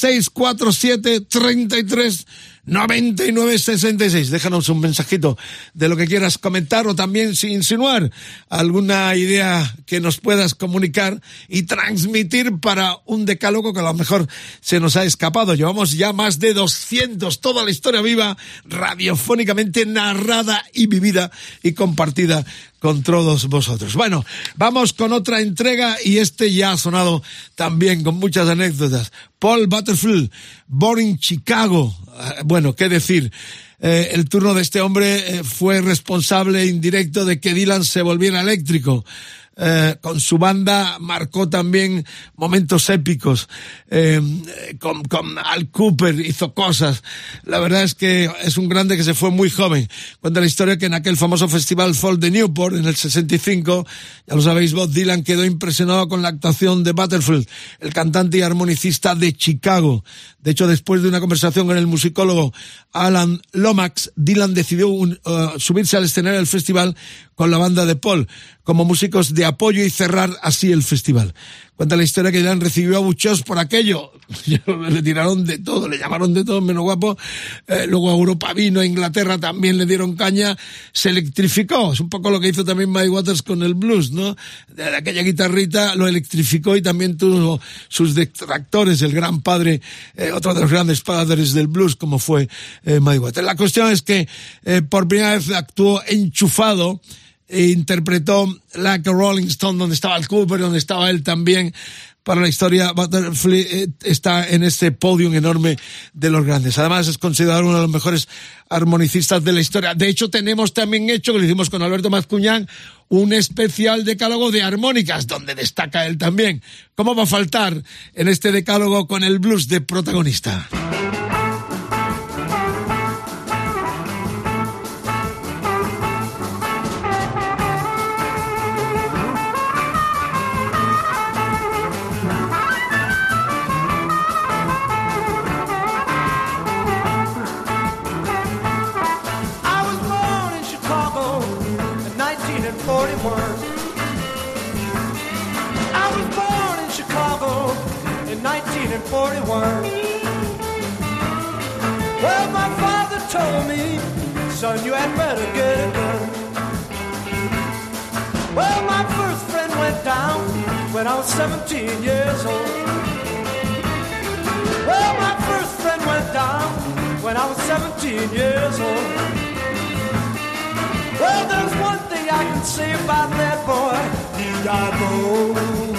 647-33-99-66. Déjanos un mensajito de lo que quieras comentar o también si insinuar alguna idea que nos puedas comunicar y transmitir para un decálogo que a lo mejor se nos ha escapado. Llevamos ya más de 200, toda la historia viva, radiofónicamente narrada y vivida y compartida con todos vosotros. Bueno, vamos con otra entrega y este ya ha sonado también con muchas anécdotas. Paul Butterfield, Born in Chicago. Bueno, qué decir. El turno de este hombre fue responsable indirecto de que Dylan se volviera eléctrico. Con su banda marcó también momentos épicos, con Al Cooper hizo cosas. La verdad es que es un grande que se fue muy joven. Cuenta la historia que en aquel famoso festival Folk de Newport en el 65, ya lo sabéis, Bob Dylan quedó impresionado con la actuación de Butterfield, el cantante y armonicista de Chicago. De hecho, después de una conversación con el musicólogo Alan Lomax, Dylan decidió subirse al escenario del festival con la banda de Paul como músicos de apoyo y cerrar así el festival. Cuenta la historia que Dylan recibió abucheos por aquello. Le tiraron de todo, le llamaron de todo menos guapo. Luego a Europa vino, a Inglaterra también le dieron caña. Se electrificó. Es un poco lo que hizo también Muddy Waters con el blues, ¿no? De aquella guitarrita lo electrificó y también tuvo sus detractores, el gran padre, otro de los grandes padres del blues como fue Muddy Waters. La cuestión es que por primera vez actuó enchufado, interpretó Like a Rolling Stone, donde estaba el Cooper, donde estaba él también. Para la historia, Butterfield está en ese podium enorme de los grandes. Además, es considerado uno de los mejores armonicistas de la historia. De hecho, tenemos también hecho, que lo hicimos con Alberto Mazcuñán, un especial decálogo de armónicas, donde destaca él también. ¿Cómo va a faltar en este decálogo con el blues de protagonista? Well, my father told me, son, you had better get a gun. Well, my first friend went down when I was 17 years old. Well, my first friend went down when I was 17 years old. Well, there's one thing I can say about that boy, he got bold.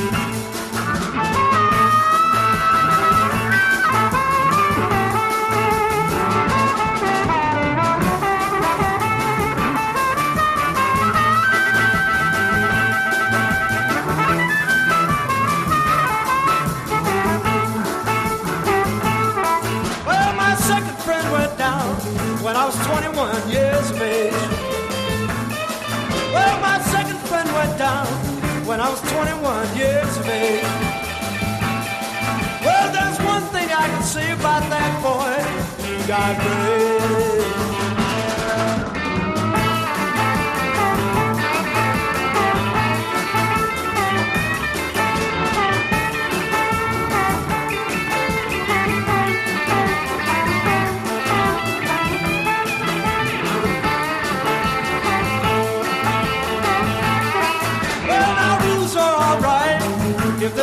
When I was 21 years of age. Well, my second friend went down when I was 21 years of age. Well, there's one thing I can say about that boy, he got brave.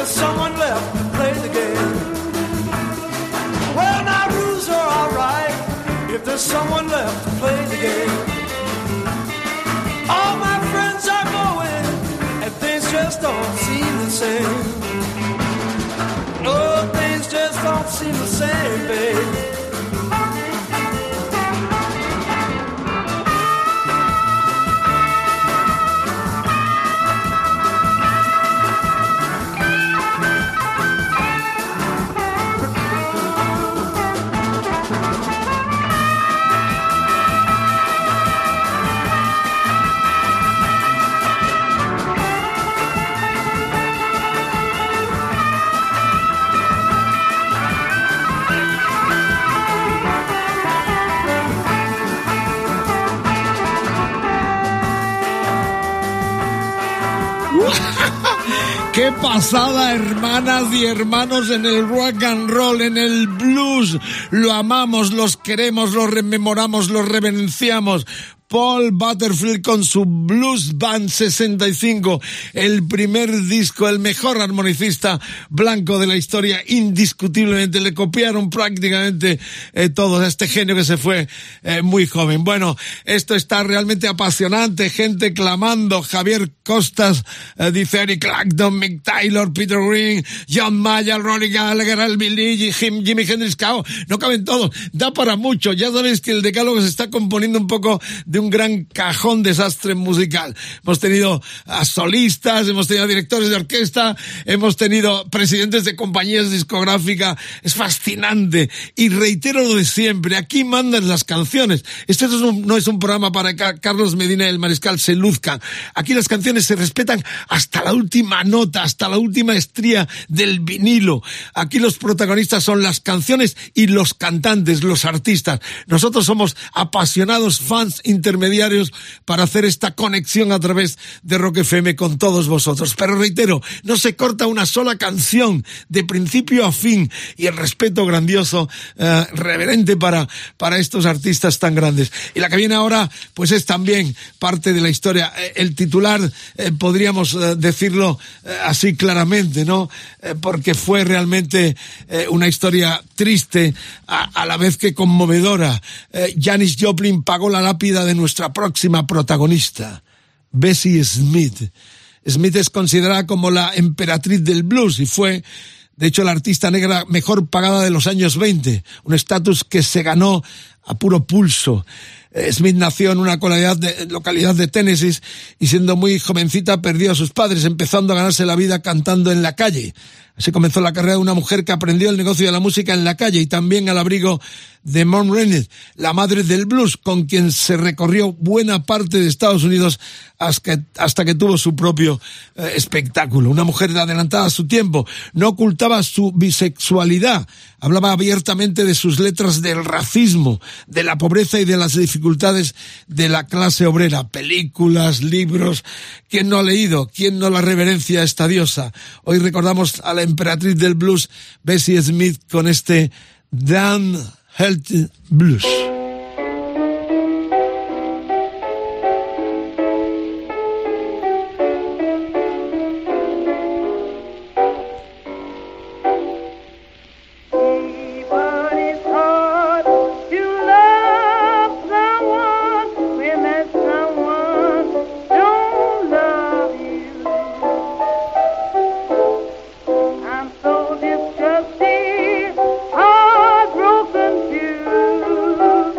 there's someone left to play the game. Well, now rules are alright if there's someone left to play the game. All my friends are going, and things just don't seem the same. No, things just don't seem the same, babe. ¡Qué pasada, hermanas y hermanos, en el rock and roll, en el blues! Lo amamos, los queremos, los rememoramos, los reverenciamos. Paul Butterfield con su Blues Band 65, el primer disco, el mejor armonicista blanco de la historia, indiscutiblemente. Le copiaron prácticamente todos a este genio que se fue muy joven. Bueno, esto está realmente apasionante, gente clamando. Javier Costas dice Eric Clapton, Mick Taylor, Peter Green, John Mayer, Ronnie Gallagher, Elvis Lee, Jimi Hendrix, no caben todos, da para mucho. Ya sabéis que el decálogo se está componiendo un poco de un gran cajón desastre musical. Hemos tenido a solistas, hemos tenido a directores de orquesta, hemos tenido presidentes de compañías discográficas. Es fascinante. Y reitero lo de siempre, aquí mandan las canciones. Este no es un programa para que Carlos Medina y el Mariscal se luzcan. Aquí las canciones se respetan hasta la última nota, hasta la última estría del vinilo. Aquí los protagonistas son las canciones y los cantantes, los artistas. Nosotros somos apasionados fans intermediarios para hacer esta conexión a través de Rock FM con todos vosotros. Pero reitero, no se corta una sola canción de principio a fin, y el respeto grandioso, reverente para estos artistas tan grandes. Y la que viene ahora, pues es también parte de la historia. El titular, podríamos decirlo así claramente, ¿no? Porque fue realmente una historia triste, a la vez que conmovedora. Janis Joplin pagó la lápida de nuestra próxima protagonista, Bessie Smith. Smith es considerada como la emperatriz del blues y fue, de hecho, la artista negra mejor pagada de los años 20, un estatus que se ganó a puro pulso. Smith nació en una localidad de Tennessee y siendo muy jovencita perdió a sus padres, empezando a ganarse la vida cantando en la calle. Así comenzó la carrera de una mujer que aprendió el negocio de la música en la calle y también al abrigo de Mom Renner, la madre del blues, con quien se recorrió buena parte de Estados Unidos hasta que tuvo su propio espectáculo. Una mujer adelantada a su tiempo, no ocultaba su bisexualidad, hablaba abiertamente de sus letras del racismo, de la pobreza y de las dificultades de la clase obrera. Películas, libros, ¿quién no ha leído? ¿Quién no la reverencia a esta diosa? Hoy recordamos a la emperatriz del blues, Bessie Smith, con este Damn Healthy Blues. Disgusted, heartbroken too.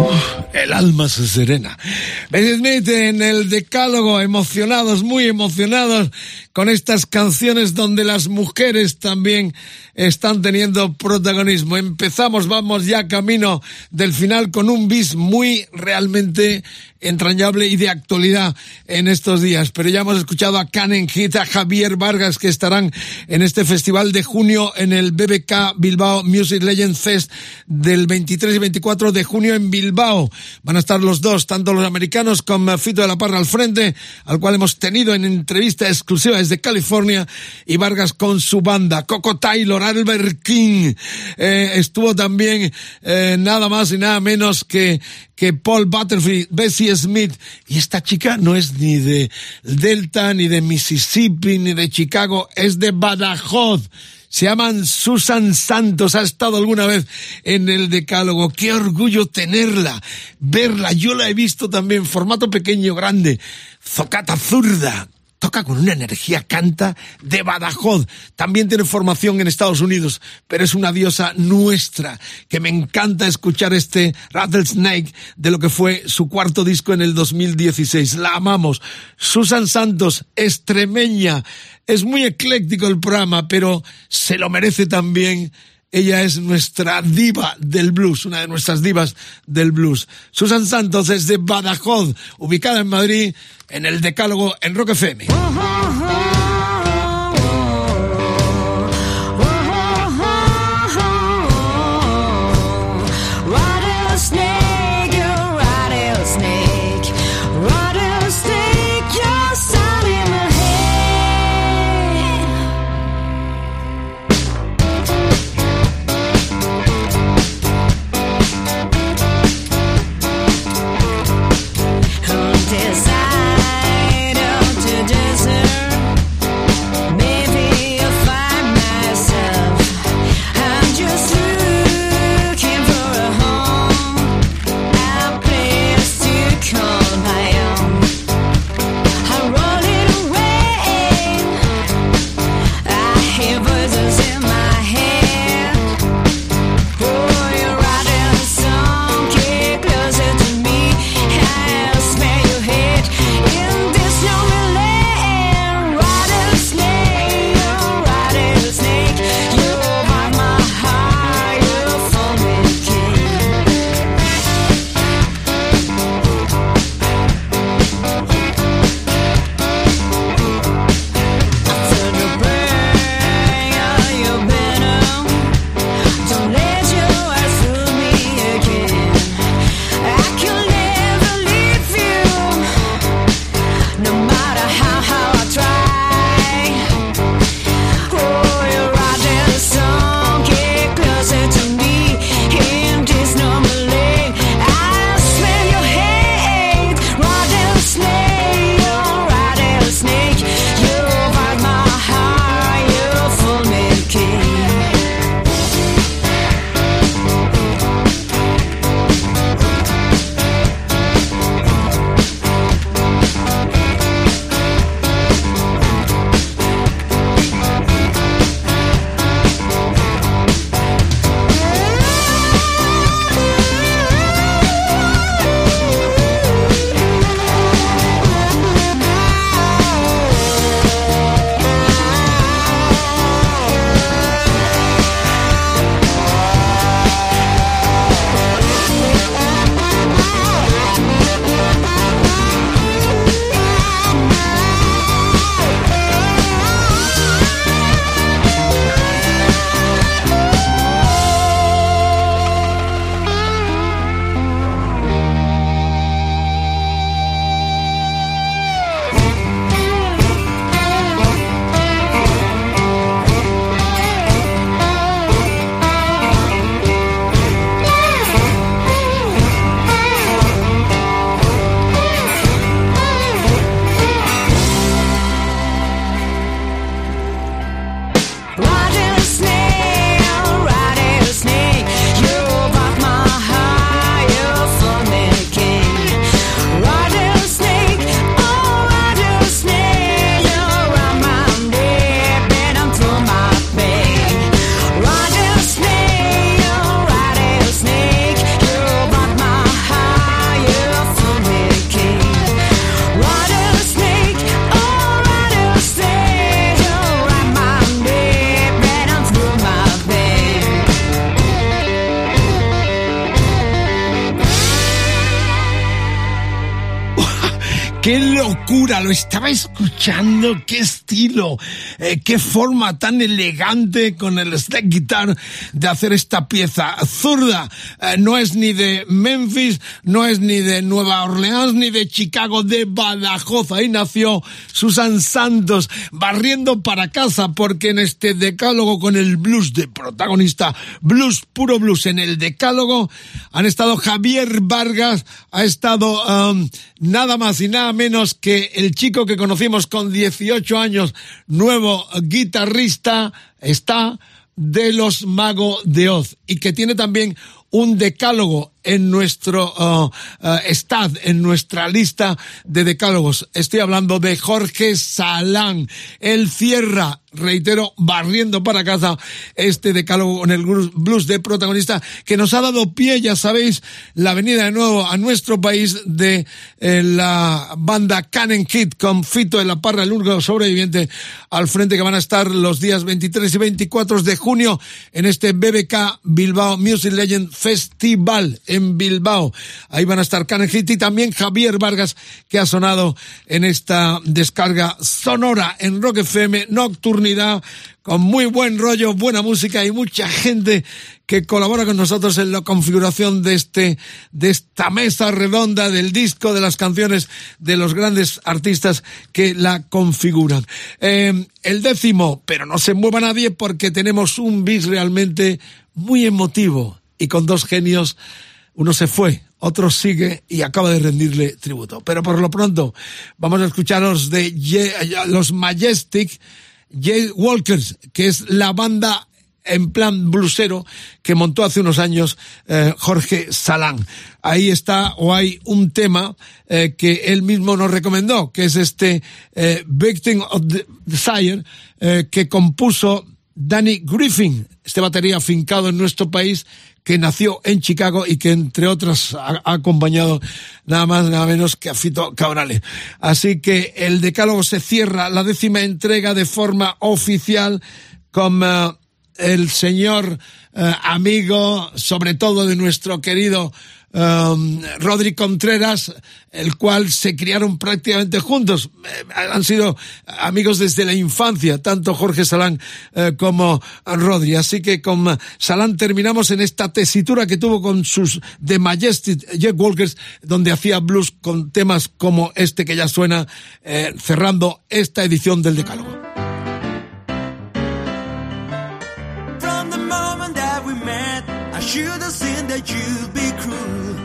El alma se serena. Bessie Smith en el Decálogo, emocionados, muy emocionados con estas canciones donde las mujeres también están teniendo protagonismo. Empezamos, vamos ya camino del final con un bis muy realmente entrañable y de actualidad en estos días. Pero ya hemos escuchado a Canen Hit, a Javier Vargas, que estarán en este festival de junio en el BBK Bilbao Music Legends Fest del 23 y 24 de junio en Bilbao. Van a estar los dos, tanto los americanos con Fito de la Parra al frente, al cual hemos tenido en entrevista exclusiva desde California, y Vargas con su banda. Coco Taylor, Albert King, estuvo también nada más y nada menos que Paul Butterfield, Bessie Smith, y esta chica no es ni de Delta, ni de Mississippi, ni de Chicago, es de Badajoz. Se llaman Susan Santos, ha estado alguna vez en el Decálogo. Qué orgullo tenerla, verla. Yo la he visto también, formato pequeño, grande, zocata zurda. Toca con una energía, canta, de Badajoz. También tiene formación en Estados Unidos, pero es una diosa nuestra, que me encanta escuchar este Rattlesnake de lo que fue su cuarto disco en el 2016. La amamos. Susan Santos, extremeña. Es muy ecléctico el programa, pero se lo merece también. Ella es nuestra diva del blues, una de nuestras divas del blues. Susan Santos es de Badajoz, ubicada en Madrid, en el Decálogo en Rock FM. Desire to desert. ¡Qué locura! Lo estaba escuchando, qué estilo, qué forma tan elegante con el slide guitar de hacer esta pieza zurda. No es ni de Memphis, no es ni de Nueva Orleans, ni de Chicago, de Badajoz. Ahí nació Susan Santos, barriendo para casa, porque en este decálogo con el blues de protagonista, blues, puro blues, en el decálogo han estado Javier Vargas, ha estado nada más y nada menos que el chico que conocimos con 18 años, nuevo guitarrista, está de los Magos de Oz, y que tiene también un decálogo en nuestro en nuestra lista de decálogos. Estoy hablando de Jorge Salán. Él cierra, reitero, barriendo para casa este decálogo con el blues de protagonista, que nos ha dado pie, ya sabéis, la venida de nuevo a nuestro país de la banda Cannon Kid con Fito de la Parra, el único sobreviviente al frente, que van a estar los días 23 y 24 de junio en este BBK Bilbao Music Legend Festival en Bilbao. Ahí van a estar Cannon Kid y también Javier Vargas, que ha sonado en esta descarga sonora en Rock FM, nocturnidad, con muy buen rollo, buena música y mucha gente que colabora con nosotros en la configuración de esta mesa redonda del disco, de las canciones de los grandes artistas que la configuran. El 10º, pero no se mueva nadie, porque tenemos un bis realmente muy emotivo y con dos genios. Uno se fue, otro sigue y acaba de rendirle tributo. Pero por lo pronto vamos a escucharos de los Majestic Jay Walkers, que es la banda en plan bluesero que montó hace unos años Jorge Salán. Ahí está, o hay un tema que él mismo nos recomendó, que es este Victim of Desire, que compuso Danny Griffin, este batería afincado en nuestro país, que nació en Chicago y que, entre otras, ha acompañado nada más, nada menos que a Fito Cabrales. Así que el decálogo se cierra, la 10ª entrega, de forma oficial, con el señor amigo, sobre todo de nuestro querido Rodri Contreras, el cual se criaron prácticamente juntos. Han sido amigos desde la infancia, tanto Jorge Salán como Rodri. Así que con Salán terminamos en esta tesitura que tuvo con sus The Majestic Jet Walkers, donde hacía blues con temas como este que ya suena, cerrando esta edición del Decálogo. From the moment that we met, I should have seen that you'd be cruel.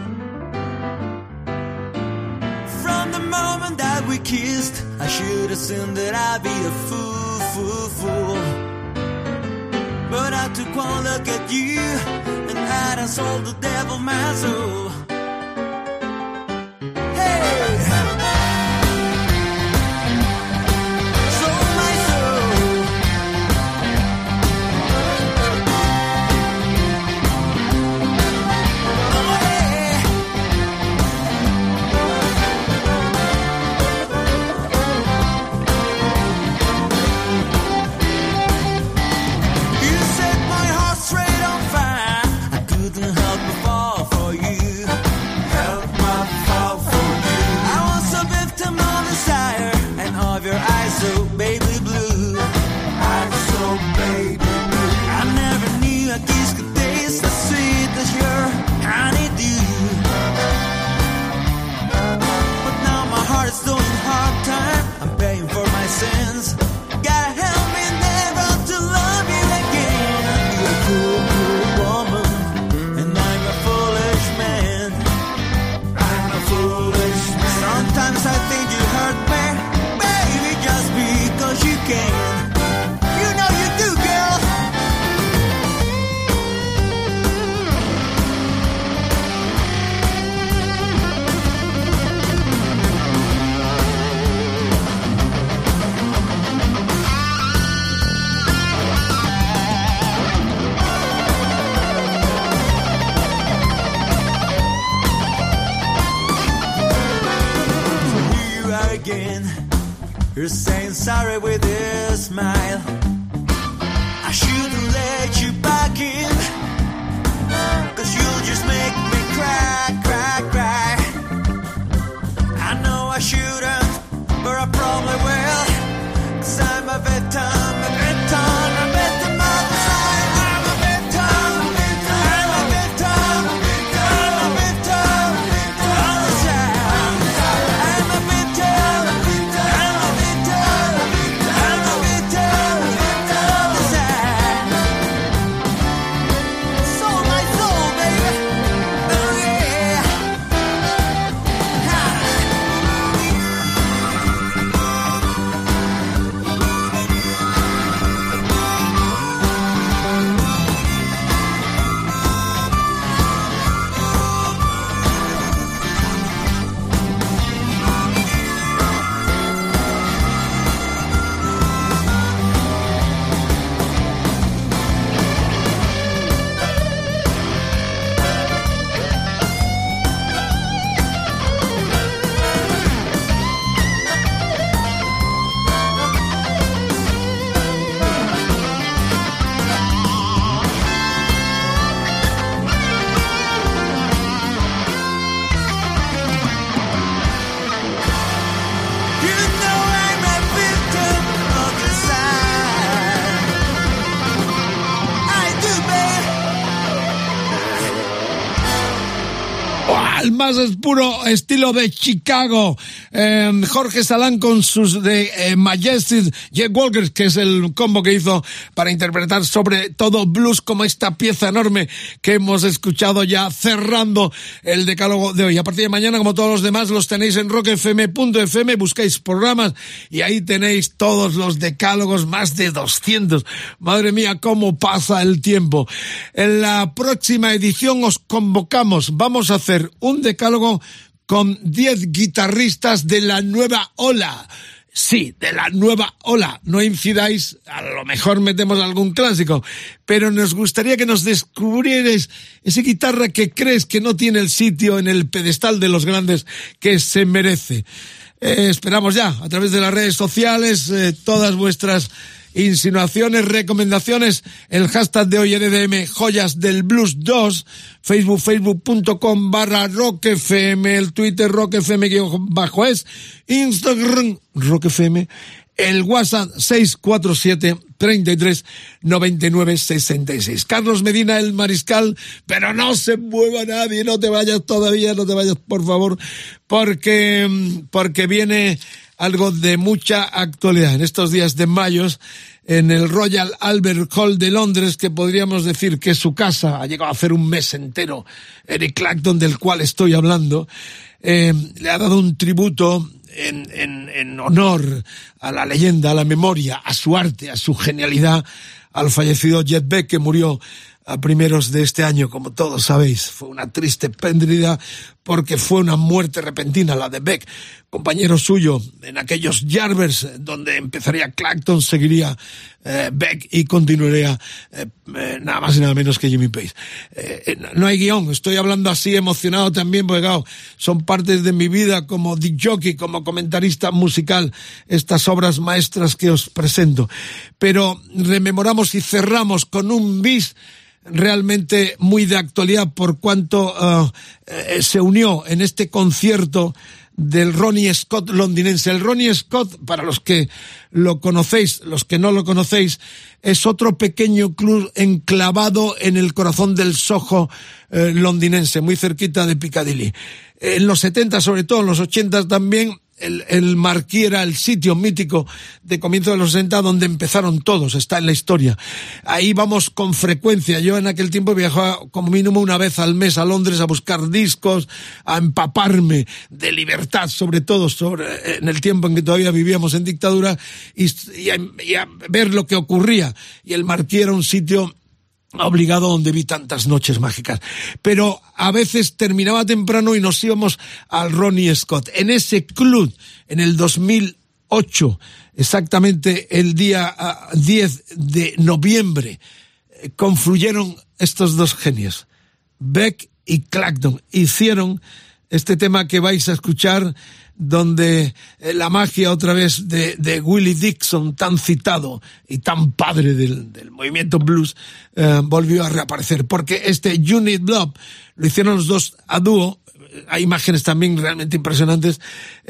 From the moment that we kissed, I should have seen that I'd be a fool. But I took one look at you, and I done sold the devil my soul. Hey! Sold my soul. Oh, yeah. You set my heart straight on fire. I couldn't help but fall for you. Help my fall for you. I was a victim of desire and of your eyes so baby blue. Eyes so baby blue. I never knew a kiss could taste as sweet as your honeydew. But now my heart is doing hard time. I'm paying for my sins. Gotta help me never to love you again. You're a cruel woman, and I'm a foolish man. I'm a foolish man. Sometimes I think you hurt me, baby, just because you can. You know you do, girl. Here you are again. You're saying sorry with a smile. I shouldn't let you back in, 'cause you'll just make me cry. I know I should've el más puro estilo de Chicago. Jorge Salán con sus de Majestic Jet Walkers, que es el combo que hizo para interpretar sobre todo blues, como esta pieza enorme que hemos escuchado ya cerrando el decálogo de hoy. A partir de mañana, como todos los demás, los tenéis en rockfm.fm, buscáis programas y ahí tenéis todos los decálogos, más de 200. Madre mía, cómo pasa el tiempo. En la próxima edición os convocamos, vamos a hacer un decálogo con 10 guitarristas de la nueva ola. Sí, de la nueva ola. No incidáis, a lo mejor metemos algún clásico, pero nos gustaría que nos descubrierais esa guitarra que crees que no tiene el sitio en el pedestal de los grandes que se merece. Esperamos ya, a través de las redes sociales, todas vuestras insinuaciones, recomendaciones, el hashtag de hoy EDM Joyas del Blues 2, facebook.com/rockfm, el Twitter rockfm_es, Instagram rockfm, el WhatsApp 647-33-99-66. Carlos Medina, el Mariscal, pero no se mueva nadie, no te vayas todavía, no te vayas por favor, porque viene algo de mucha actualidad en estos días de mayo, en el Royal Albert Hall de Londres, que podríamos decir que es su casa. Ha llegado a hacer un mes entero Eric Clapton, del cual estoy hablando. Le ha dado un tributo en honor a la leyenda, a la memoria, a su arte, a su genialidad, al fallecido Jeff Beck, que murió a primeros de este año, como todos sabéis. Fue una triste pérdida porque fue una muerte repentina la de Beck, compañero suyo en aquellos Yardbirds donde empezaría Clapton, seguiría Beck y continuaría nada más y nada menos que Jimmy Page. No hay guión, estoy hablando así emocionado también porque claro, son partes de mi vida como disc jockey, como comentarista musical, estas obras maestras que os presento. Pero rememoramos y cerramos con un bis realmente muy de actualidad por cuanto se unió en este concierto del Ronnie Scott londinense. El Ronnie Scott, para los que lo conocéis, los que no lo conocéis, es otro pequeño club enclavado en el corazón del Soho londinense, muy cerquita de Piccadilly. En los 70, sobre todo en los 80 también, el Marquee era el sitio mítico de comienzo de los 60 donde empezaron todos, está en la historia. Ahí vamos con frecuencia. Yo en aquel tiempo viajaba como mínimo una vez al mes a Londres a buscar discos, a empaparme de libertad, sobre todo en el tiempo en que todavía vivíamos en dictadura, y a ver lo que ocurría. Y el Marquee era un sitio obligado donde vi tantas noches mágicas. Pero a veces terminaba temprano y nos íbamos al Ronnie Scott. En ese club, en el 2008, exactamente el día 10 de noviembre, confluyeron estos dos genios, Beck y Clapton. Hicieron este tema que vais a escuchar, donde la magia otra vez de Willie Dixon, tan citado y tan padre del movimiento blues, volvió a reaparecer, porque este You Need Love lo hicieron los dos a dúo. Hay imágenes también realmente impresionantes,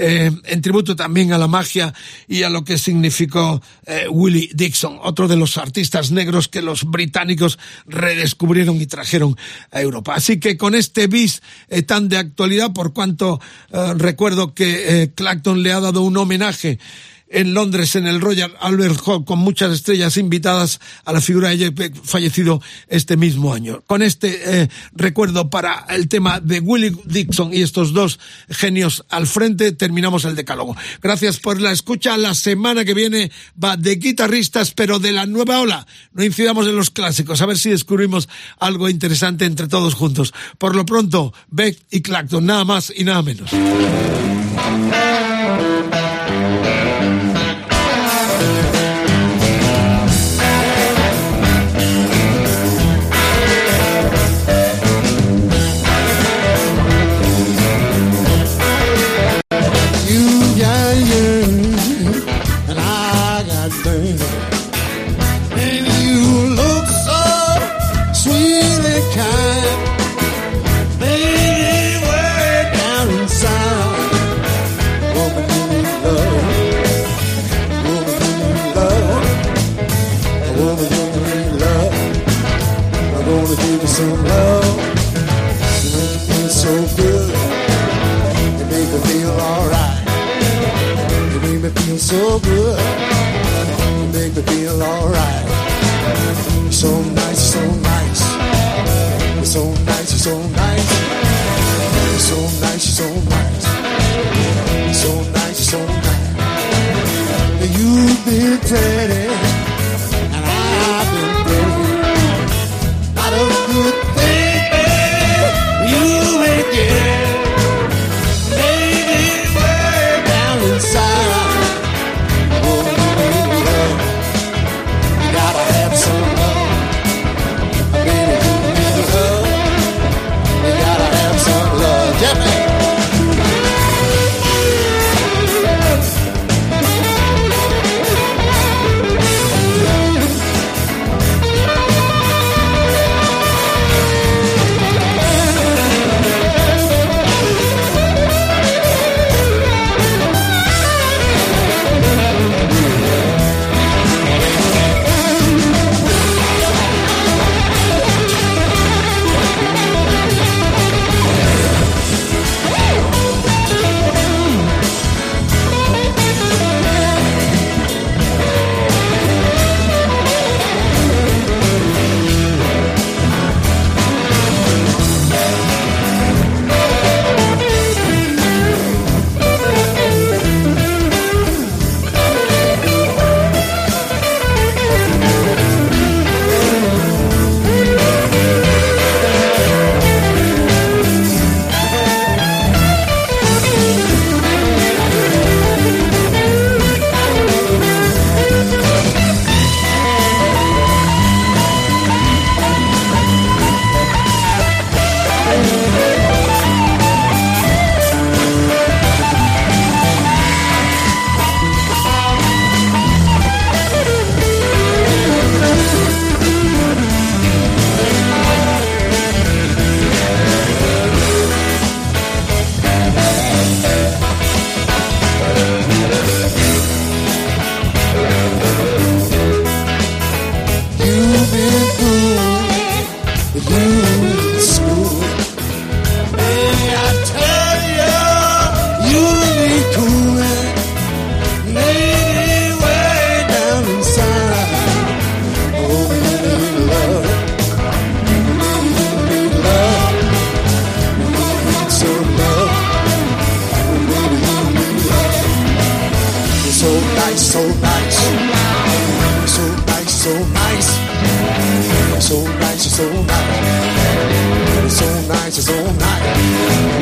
en tributo también a la magia y a lo que significó Willie Dixon, otro de los artistas negros que los británicos redescubrieron y trajeron a Europa. Así que con este bis tan de actualidad, por cuanto recuerdo que Clapton le ha dado un homenaje en Londres, en el Royal Albert Hall, con muchas estrellas invitadas a la figura de Jeff Beck, fallecido este mismo año. Con este recuerdo para el tema de Willie Dixon y estos dos genios al frente, terminamos el decálogo. Gracias por la escucha. La semana que viene va de guitarristas, pero de la nueva ola. No incidamos en los clásicos, a ver si descubrimos algo interesante entre todos juntos. Por lo pronto, Beck y Clapton, nada más y nada menos. Some love, you make me feel so good. so good. You make me feel alright. You're so nice, so nice. You're so nice, you're so nice. You're so nice, you're so nice. You're so nice, you're so nice. You've been pretty, and I've been pretty. Not a good thing, baby. You ain't get. Maybe way down inside. Oh, love. You gotta have some love. Baby, you need love. You gotta have some love. Jeffy. So nice, so nice. So nice, so nice.